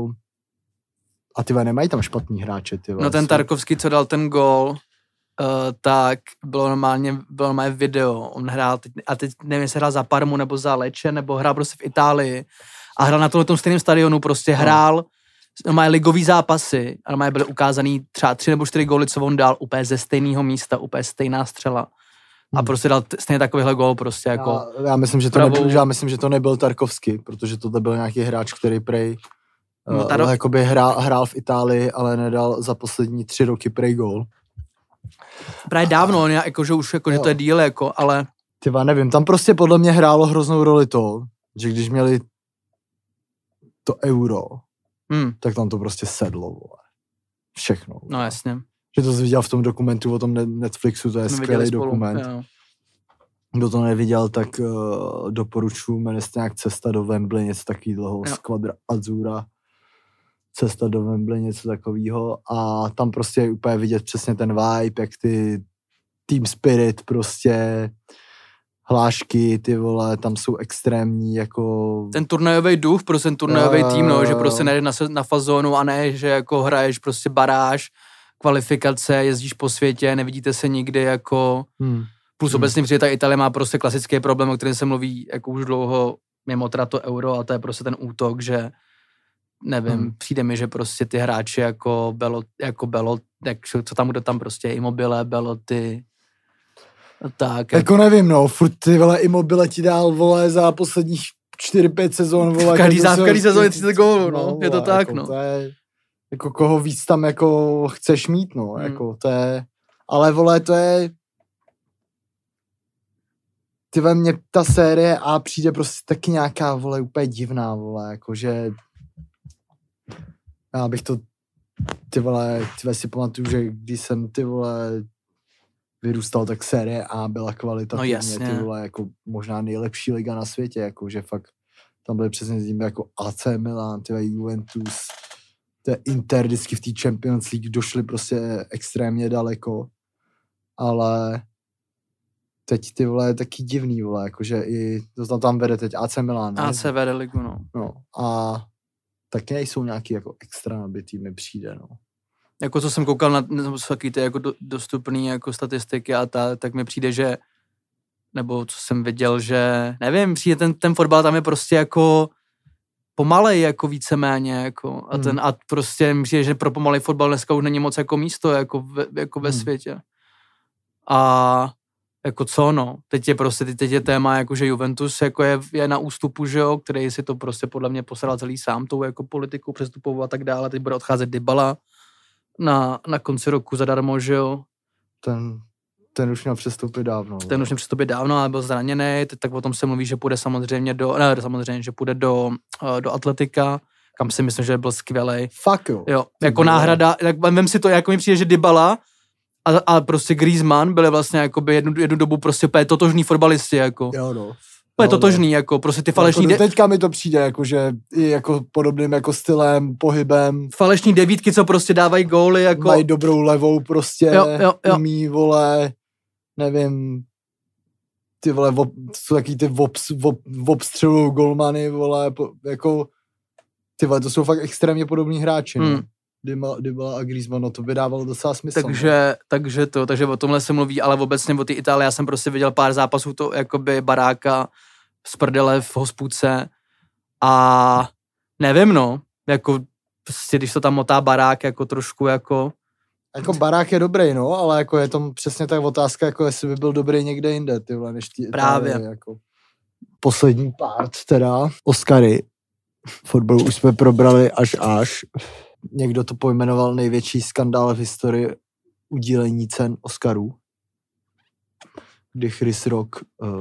a ty vole, nemají tam špatný hráče, ty vole. No ten Tarkovský, co dal ten gól, tak bylo normálně video, on hrál, teď nevím, jestli hrál za Parmu nebo za Lecce, nebo hrál prostě v Itálii a hrál na tom stejném stadionu, prostě hrál normálně ligový zápasy a normálně byly ukázaný třeba 3 nebo 4 góly, co on dal úplně ze stejného místa, úplně stejná střela. A prostě dal stejně takovýhle gól prostě jako... Já myslím, že to nebyl Tarkovský, protože to byl nějaký hráč, který prej jakoby hrál v Itálii, ale nedal za poslední 3 roky prej gól. Právě dávno, jakože už jako, že to je díl, jako, ale... Tyva, nevím, tam prostě podle mě hrálo hroznou roli to, že když měli to euro, tak tam to prostě sedlo, vole. Všechno. No jasně. Že to jsi viděl v tom dokumentu o tom Netflixu, to je skvělý dokument. Jo. Kdo to neviděl, tak doporučuji, jmenuje se nějak Cesta do Wembley, něco takového, Squadra Azzurra, Cesta do Wembley, něco takového a tam prostě je úplně vidět přesně ten vibe, jak ty team spirit prostě, hlášky, ty vole, tam jsou extrémní, jako... Ten turnajový duch, prostě ten turnajový tým, že prostě nejdeš na fazónu a ne, že jako hraješ prostě baráž, kvalifikace, jezdíš po světě, nevidíte se nikdy, jako... Plus obecně přijde, ta Itálie má prostě klasický problém, o kterém se mluví jako už dlouho mimo teda to euro a to je prostě ten útok, že nevím, přijde mi, že prostě ty hráči jako Belot, co tam, kdo tam prostě Immobile, Belotti, tak. Jako nevím, furt ty vole Immobile ti dál, vole, za posledních 4-5 sezon, vole. V každý sezóně 30 gólů, je to tak, jako, to je, jako koho víc tam jako chceš mít, jako to je, ale vole, to je, ty ve mně ta série A přijde prostě taky nějaká, vole, úplně divná, vole, jakože já bych to, ty vole si pamatuju, že když jsem, ty vole, vyrůstal, tak série A byla kvalitativně, ty vole, jako možná nejlepší liga na světě, jakože fakt tam byly přesně tím jako AC Milan, ty vole, Juventus, to je Inter, vždycky v té Champions League došli prostě extrémně daleko, ale teď ty vole je taky divný, vole, jakože i to tam vede teď AC Milan, ne? AC vede ligu, No a taky nejsou nějaký jako extra nabitý, mi přijde, Jako co jsem koukal na taky ty jako dostupný jako statistiky a tak mi přijde, že nebo co jsem viděl, že nevím, přijde ten fotbal tam je prostě jako pomalej, jako víceméně, jako a prostě mi přijde, že pro pomalej fotbal dneska už není moc jako místo, jako ve světě. A jako co, teď je téma, jako že Juventus jako je na ústupu, že jo, který si to prostě podle mě posral celý sám tou jako politikou přestupovou a tak dále, teď bude odcházet Dybala na konci roku zadarmo, že jo. Ten už měl přestoupit dávno. Ten už měl přestoupit dávno, ale byl zraněný, tak o tom se mluví, že půjde samozřejmě že půjde do Atletika, kam si myslím, že byl skvělej. Fuck jo. Jo, jako náhrada, tak vem si to, jako mi přijde, že Dybala a prostě Griezmann byli vlastně jakoby jednu dobu prostě úplně totožní fotbalisti, jako. Jo, je totožný, jako prostě ty falešní... Teďka mi to přijde, jako, že i jako podobným jako stylem, pohybem. Falešní devítky, co prostě dávají góly, jako... Mají dobrou levou prostě, jo. umí, vole, nevím, ty vole, jsou taky ty obstřelujou golmany, vole, jako, ty vole, to jsou fakt extrémně podobní hráči, Dybala a Griezmann, no to by dávalo docela smysl. Takže o tomhle se mluví, ale obecně o ty Itálii, já jsem prostě viděl pár zápasů to jakoby baráka z prdele v hospůdce A nevím, no, jako prostě, když to tam motá barák, jako trošku jako... Jako barák je dobrý, no, ale jako je to přesně tak otázka, jako jestli by byl dobrý někde jinde, ty vole, než ty... Právě. Jako poslední part, teda, Oscary. Fotbalu už jsme probrali až. Někdo to pojmenoval největší skandál v historii udílení cen Oscarů, kdy Chris Rock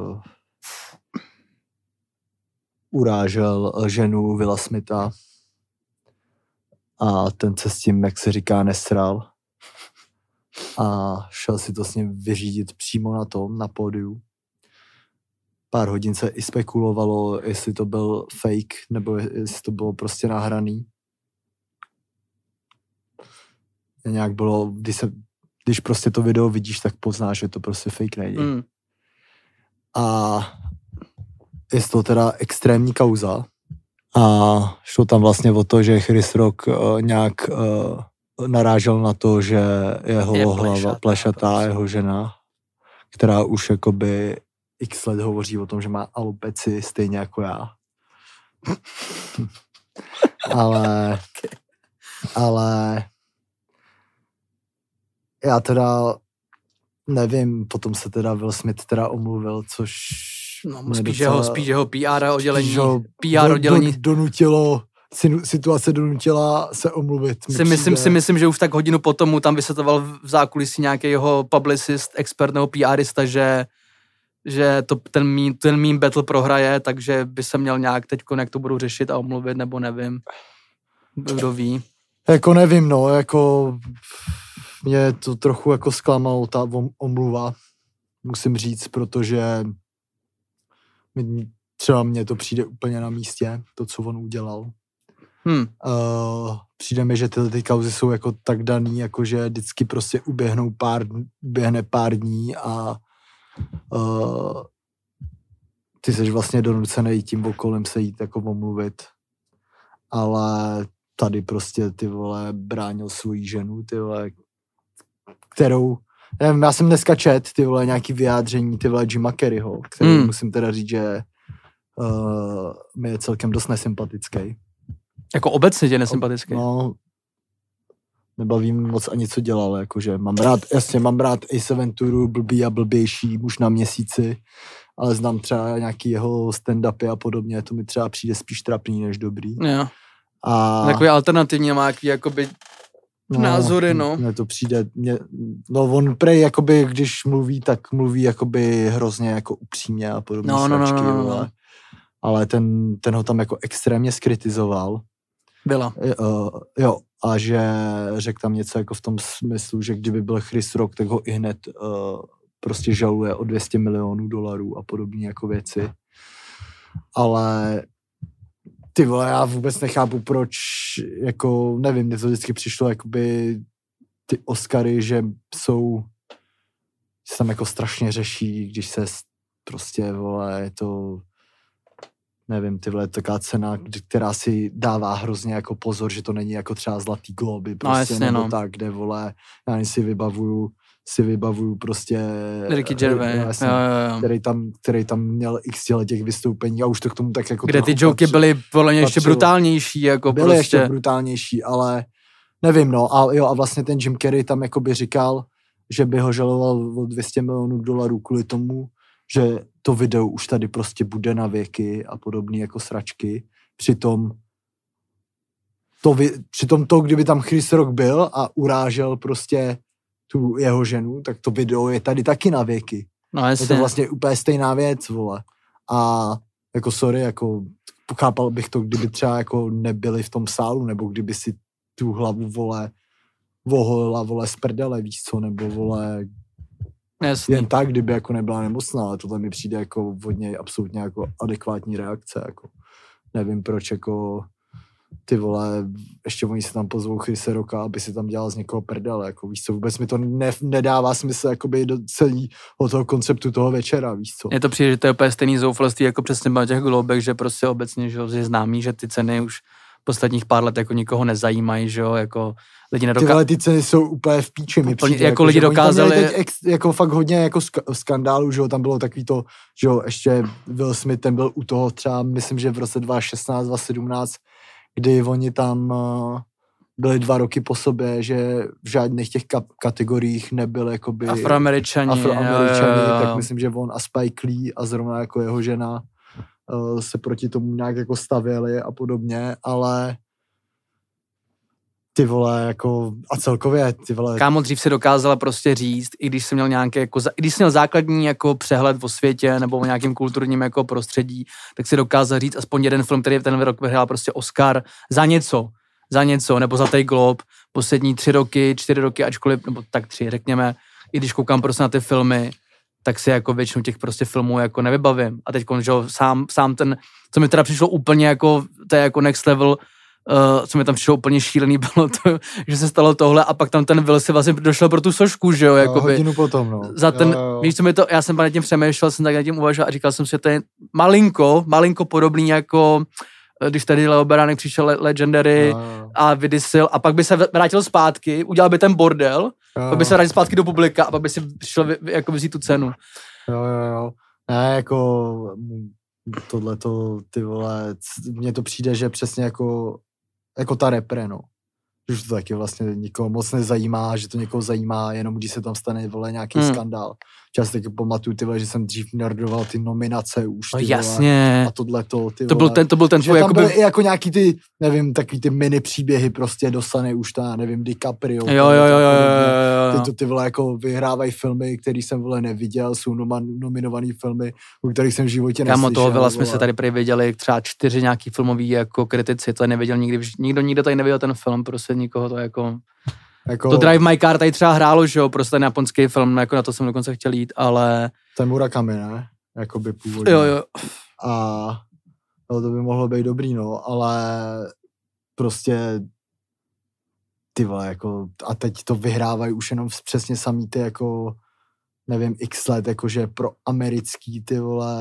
urážel ženu Willa Smitha a ten se s tím, jak se říká, nesral a šel si to s ním vyřídit přímo na pódiu. Pár hodin se i spekulovalo, jestli to byl fake, nebo jestli to bylo prostě nahraný. Nějak bylo, když prostě to video vidíš, tak poznáš, že to prostě fake není. A je to teda extrémní kauza. A šlo tam vlastně o to, že Chris Rock nějak narážel na to, že jeho hlava plešatá, jeho žena, která už jakoby x let hovoří o tom, že má alopeci stejně jako já. ale já teda nevím, potom se teda Will Smith teda omluvil, což... No, spíš jeho PR oddělení. Donutilo, situace donutila se omluvit. Si myslím, že už tak hodinu potom mu tam vysvětloval v zákulisí nějaký jeho publicist, expert nebo PRista, že ten meme battle prohraje, takže by se měl nějak teď, jak to budou řešit a omluvit, nebo nevím. Kdo ví. Jako nevím, no, jako mě to trochu jako zklamalo ta omluva, musím říct, protože třeba mně to přijde úplně na místě, to, co on udělal. Přijde mi, že ty kauzy jsou jako tak daný, jako že vždycky prostě uběhne pár dní a ty jsi vlastně donucený tím okolem se jít jako omluvit. Ale tady prostě, ty vole, bránil svoji ženu, ty vole, kterou, nevím, já jsem dneska čet, ty vole, nějaký vyjádření, ty vole, Jima Carreyho, který musím teda říct, že mi je celkem dost nesympatický. Jako obecně tě nesympatický? No, nebaví mi moc ani co dělal, jakože mám rád Ace Venturu, blbý a blbější, muž na měsíci, ale znám třeba nějaký jeho stand-upy a podobně, to mi třeba přijde spíš trapný než dobrý. Jo. A takový alternativní má jaký jakoby názory, no. Mně to přijde, on prej jakoby, když mluví, tak mluví jakoby hrozně jako upřímně a podobně sračky, no. Ale ten ho tam jako extrémně skritizoval. Byla. Jo, a že řekl tam něco jako v tom smyslu, že kdyby byl Chris Rock, tak ho i hned prostě žaluje o $200 milionů a podobné jako věci. Ale ty vole, já vůbec nechápu, proč, jako, nevím, mně to vždycky přišlo, jakoby ty Oscary, že se tam jako strašně řeší, když se prostě, vole, je to, nevím, ty vole, taková cena, která si dává hrozně jako pozor, že to není jako třeba Zlatý globy, prostě, jasně, nebo tak, kde, vole, já si vybavuju prostě Ricky Gervais, který tam měl x těch vystoupení a už to k tomu tak jako kde ty joky byly podle mě ještě brutalnější, jako byly prostě. ještě brutalnější, ale nevím, no, a vlastně ten Jim Carrey tam jakoby říkal, že by ho žaloval o $200 milionů kvůli tomu, že to video už tady prostě bude na věky a podobný jako sračky. Přitom to, kdyby tam Chris Rock byl a urážel prostě tu jeho ženu, tak to video je tady taky na věky. No, je to vlastně úplně stejná věc, vole. A jako sorry, jako chápal bych to, kdyby třeba jako nebyli v tom sálu, nebo kdyby si tu hlavu, vole, voholila, vole, z prdele, víš co, nebo, vole, jasný. Jen tak, kdyby jako nebyla nemocná, ale tohle mi přijde jako od něj absolutně jako adekvátní reakce, jako nevím proč, jako ty vole, ještě oni se tam pozvou Chrise Rocka, aby si tam dělal z někoho prdele, jako víš co, vůbec mi to nedává smysl jakoby do celého toho konceptu toho večera, víš co. Je to přijde, že to je úplně stejný zoufalství, jako přesně na těch globech, že prostě obecně, že je známý, že ty ceny už posledních pár let jako nikoho nezajímají, že jo, jako lidi ty ceny jsou úplně v píči, mi přijde. Jako lidi dokázali... Jako fakt hodně jako skandálu, že jo, tam bylo takový to, že jo, ještě Will Smith, ten byl u toho třeba, myslím, že v roce 2016, 2017, kdy oni tam byli 2 roky po sobě, že v žádných těch kategoriích nebyl jakoby... Afroameričani, tak myslím, že on a Spike Lee a zrovna jako jeho žena se proti tomu nějak jako stavěli a podobně, ale ty vole, jako a celkově ty vole... Kámo, dřív si dokázala prostě říct, i když jsi měl nějaké, jako, i když jsi měl základní jako přehled o světě nebo o nějakém kulturním jako prostředí, tak si dokázal říct aspoň jeden film, který ten rok vyhrál prostě Oscar za něco, nebo za Globe, poslední 3 roky, 4 roky, ačkoliv, nebo tak 3, řekněme, i když koukám prostě na ty filmy, tak si jako většinu těch prostě filmů jako nevybavím. A teď, že sám ten, co mi teda přišlo úplně jako, to je jako next level, co mi tam přišlo úplně šílený, bylo to, že se stalo tohle a pak tam ten Will si vlastně došel pro tu sošku, že jo, jakoby. Hodinu potom, no. Za ten, jo. Víš, co mi to, já jsem nad tím přemýšlel, jsem tak nad tím uvažoval a říkal jsem si, že to je malinko podobný jako, když tady Leo Beránek přišel Legendary a vydysil a pak by se vrátil zpátky, udělal by ten bordel, pak by se vrátil zpátky do publika a pak by si přišel jako vzít tu cenu. Jo. Ne, jako tohleto, ty vole, mně to přijde, že přesně jako ta repre, no. Že to taky vlastně nikoho moc nezajímá, že to někoho zajímá, jenom když se tam stane, vole, nějaký skandál. Čas taky pamatuju, ty vole, že jsem dřív nerdoval ty nominace už, ty jasně. Vole, a tohleto, ty to vole. To byl ten že tam byly i jako nějaký ty, nevím, takový ty mini příběhy prostě dostane už ta, nevím, DiCaprio. Jo. Ty vole, jako vyhrávají filmy, který jsem, vole, neviděl, jsou nominovaný filmy, u kterých jsem v životě neslyšel. Kámo, toho Vila jsme se tady prý viděli třeba 4 nějaký filmový jako kritici, to neviděl nikdo tady neviděl ten film, prostě nikoho to jako to Drive My Car tady třeba hrálo, že jo, prostě ten japonský film, jako na to jsem dokonce chtěl jít, ale... Ten Murakami, ne? Jakoby původně. Jo. A to by mohlo být dobrý, no, ale prostě ty vole, jako a teď to vyhrávají už jenom přesně samý ty jako, nevím, x let, jakože pro americký ty vole...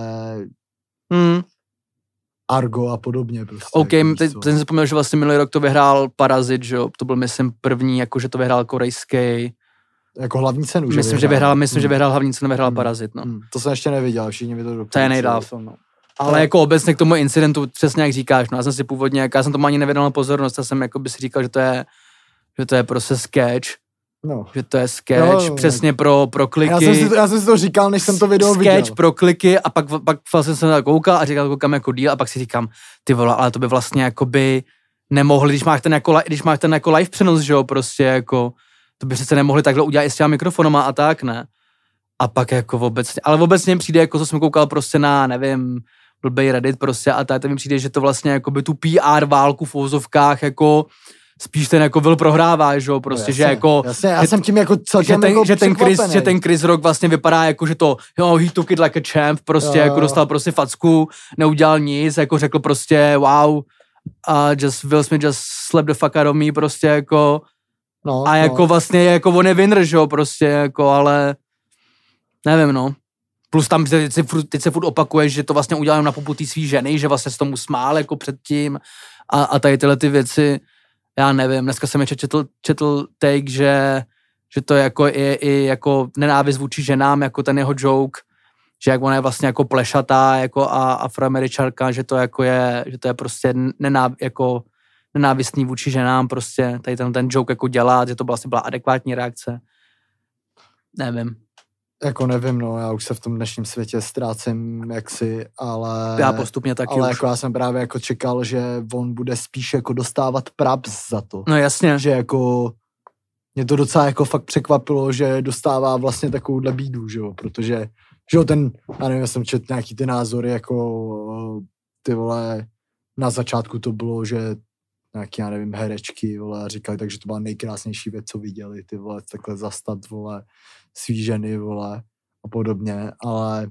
Argo a podobně prostě. OK, jako, ten zapomněl, že vlastně minulý rok to vyhrál Parazit, že jo, to byl myslím první, jakože to vyhrál korejský. Jako hlavní cenu, že myslím, že vyhrál hlavní cenu, vyhrál Parazit, no. To jsem ještě neviděl, všichni mi to dokončili. To je nejdál film, no. Ale jako obecně k tomu incidentu, přesně jak říkáš, no, já jsem si původně, já jsem tomu ani nevěděl pozornost, já jsem jako by si říkal, že to je prostě sketch. No. Že to je sketch, přesně pro kliky. Já jsem si to říkal, než jsem to video viděl. Sketch pro kliky a pak vlastně jsem na to koukal a říkal, koukám jako díl a pak si říkám, ty vole, ale to by vlastně jakoby nemohli, když máš ten jako live přenos, že jo, prostě jako, to by přece nemohli takhle udělat i s těma mikrofonama a tak, ne? A pak jako obecně přijde, jako co jsem koukal prostě na, nevím, blbej Reddit prostě a tak mi přijde, že to vlastně jakoby tu PR válku v uvozovkách jako spíš ten jako Will prohrává, že jo, prostě, jasně, že jako... Jasně, já jsem tím jako celkem že ten Chris Rock vlastně vypadá jako, že to, he took it like a champ, prostě jako dostal prostě facku, neudělal nic, jako řekl prostě wow, Will Smith just slapped the fuck out of me, prostě jako... A jako vlastně, jako on je winner, že jo, prostě jako, ale... Nevím, no. Plus tam teď se furt opakuje, že to vlastně udělal na poputí svý ženy, že vlastně se tomu smál jako předtím a tady tyhle ty věci... Já nevím, dneska jsem četl take, že to jako je i jako nenávist vůči ženám, jako ten jeho joke, že jak ona je vlastně jako plešatá jako a afroameričanka, že to je prostě nenávistný vůči ženám prostě, tady ten joke jako dělat, že to vlastně byla adekvátní reakce. Nevím. Jako nevím, no, já už se v tom dnešním světě ztrácím jaksi, ale... Já postupně taky ale už. jako já jsem právě jako čekal, že on bude spíš jako dostávat praps za to. No jasně. Že jako... Mě to docela jako fakt překvapilo, že dostává vlastně takovouhle bídu, že jo, protože, že jo, já nevím, já jsem četl nějaký ty názory, jako ty vole, na začátku to bylo, že nějaký, já nevím, herečky, vole, a říkali, takže to byla nejkrásnější věc, co viděli, ty vole, takhle zastat, vole, svý ženy, vole, a podobně, ale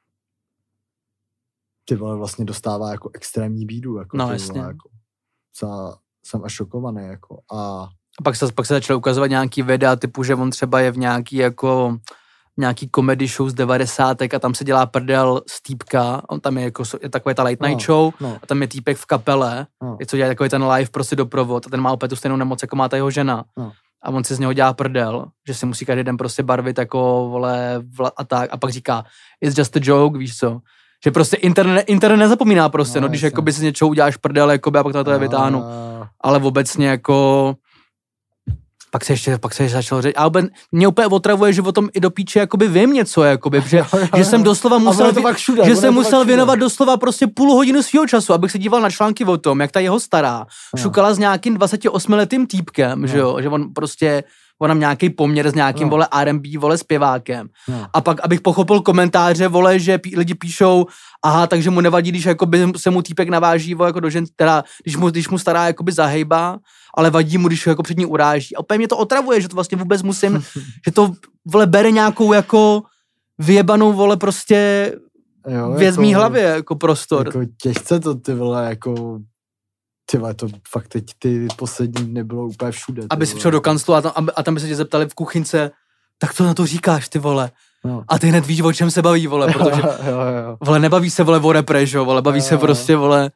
ty vole vlastně dostává jako extrémní bídu, jako, no, ty jasně. vole, jako, jsem až šokovaný, jako, a pak se začaly ukazovat nějaký videa typu, že on třeba je v nějaký jako nějaký comedy show z 90. a tam se dělá prdel z týpka, on tam je takový ta late night show a tam je týpek v kapele, co dělá takový ten live prostě doprovod a ten má opět tu stejnou nemoc, jako má ta jeho žena. A on si z něho dělá prdel, že si musí každý den prostě barvit jako, vole, a tak. A pak říká, it's just a joke, víš co. Že prostě internet nezapomíná prostě, no když jakoby si něčeho uděláš prdel, jakoby, a pak to vytáhnu. Ale obecně jako... Pak se ještě začal říct, ale mě úplně otravuje, že o tom i do píče jakoby vím něco, jakoby, že jsem doslova musel věnovat doslova prostě půl hodinu svýho času, abych se díval na články o tom, jak ta jeho stará šukala s nějakým 28letým týpkem, že jo, že on prostě, ona nějaký poměr s nějakým, vole, R&B, vole, zpěvákem. A pak, abych pochopil komentáře, vole, že lidi píšou, aha, takže mu nevadí, když jakoby se mu týpek naváží, vole, jako do žen, teda, když mu stará jakoby zahejbá, ale vadí mu, když ho jako před ní uráží. A úplně mě to otravuje, že to vlastně vůbec musím, že to, vole, bere nějakou jako vyjebanou, vole, prostě věc v mý hlavě, jako prostor. Jako těžce to, ty vole, jako... Tyhle, to fakt teď ty poslední dny bylo úplně všude. Aby si přišel do kanclu a tam by se tě zeptali v kuchynce, tak to na to říkáš, ty vole. No. A ty hned víš, o čem se baví, vole, protože, vole, nebaví se, vole, o repre, že, vole, baví se prostě, vole.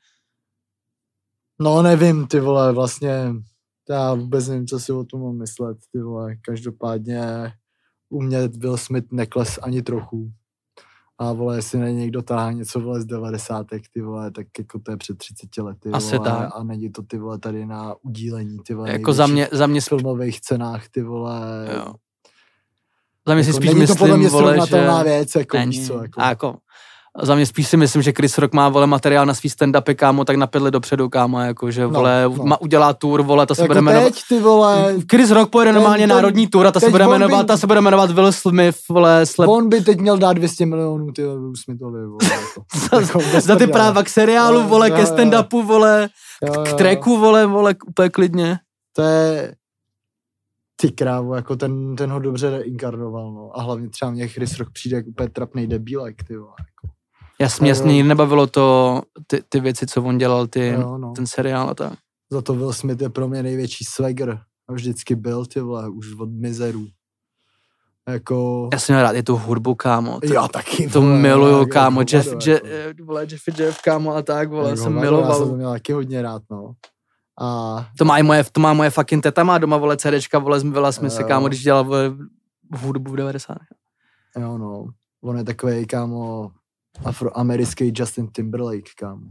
No, nevím, ty vole, vlastně, já vůbec nevím, co si o tom mám myslet, ty vole, každopádně u mě Will Smith nekles ani trochu. A vole, jestli někdo táhá něco, vole, z 90. ty vole, tak jako to je před 30 lety, asi vole, tak. A není to, ty vole, tady na udílení, ty vole, jako za mě filmových cenách, ty vole. Jo. Za mě jako si spíš myslím, vole, že... srovnatelná věc, jako víš co, jako. Za mě spíš si myslím, že Chris Rock má, vole, materiál na svý stand-upy, kámo, tak na 5 let dopředu, kámo, jako, že, vole, udělá tour, vole, ta se jako bude jmenovat... teď, ty vole... Chris Rock pojede normálně národní tour a ta se bude jmenovat Will Smith, vole, On by teď měl dát 200 milionů, ty Will Smithovi, vole, jako za ty práva k seriálu, vole, ke stand-upu, vole, k tracku, vole, úplně klidně. To je... Ty krávo, jako ten ho dobře inkarnoval, no. A hlavně třeba mě Chris Rock přijde jako úplně trapnej debílek, ty vole, jako. Jasně, nikdy nebavilo to, ty věci, co on dělal, ten seriál a tak. Za to Will Smith je pro mě největší swagger. A vždycky byl, ty vole, už od mizerů. Jako... Já jsem rád, je tu hudbu, kámo. Já taky, to miluju, kámo. Jeffy Jeff, kámo, a tak, vole, jsem miloval. Já jsem to měl taky hodně rád, no. A... To má moje fucking teta, má doma, vole, CDčka, vole, z Willa Smitha, kámo, když dělal hudbu v 90. Jo, no. On je takovej, kámo, afroamerický Justin Timberlake, kámo.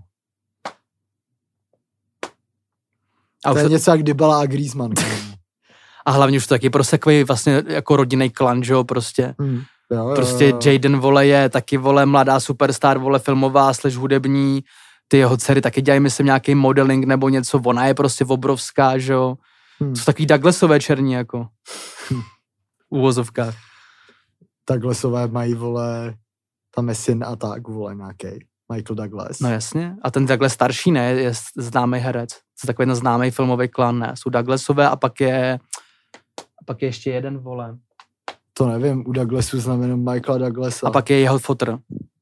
A to je něco jak Dybala a Griezmann, kámo. A hlavně už to taky prostě takový vlastně jako rodinný klan, že jo, prostě. Jo. Prostě Jaden, vole, je taky, vole, mladá superstar, vole, filmová, hudební. Ty jeho dcery taky dělají, myslím, nějaký modeling nebo něco. Ona je prostě obrovská, že jo. Jsou takový Douglasové černí, jako. U vozovkách. Douglasové mají, vole, tam je syn a tak, vole, nějaký Michael Douglas. No jasně. A ten Douglas starší, ne, je známý herec. To je takový ten známý filmový klan, ne. Jsou Douglasové a pak je ještě jeden, vole. To nevím, u Douglasu znamená Michaela Douglasa. A pak je jeho fotr.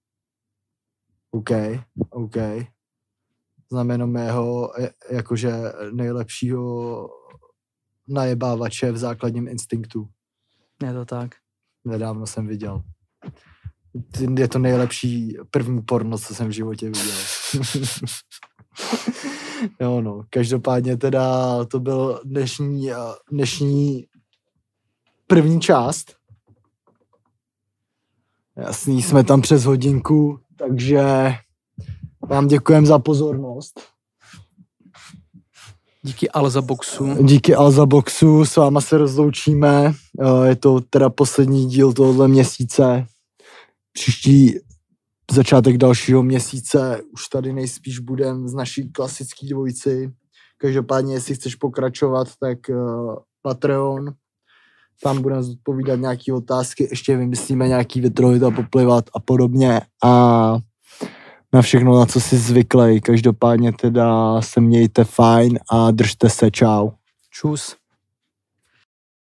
OK. Znamená jeho jakože nejlepšího najebávače v Základním instinktu. Je to tak. Nedávno jsem viděl. Je to nejlepší první porno, co jsem v životě viděl. Jo no, každopádně teda to byl dnešní první část. Jasný, jsme tam přes hodinku, takže vám děkujeme za pozornost. Díky Alza Boxu. Díky Alza Boxu, s váma se rozloučíme. Je to teda poslední díl tohoto měsíce. Příští začátek dalšího měsíce už tady nejspíš budeme z naší klasické dvojici. Každopádně, jestli chceš pokračovat, tak Patreon. Tam budeme zodpovídat nějaké otázky, ještě vymyslíme nějaký vytrojit a poplivat a podobně. A na všechno, na co jsi zvyklý. Každopádně teda se mějte fajn a držte se, čau. Čus.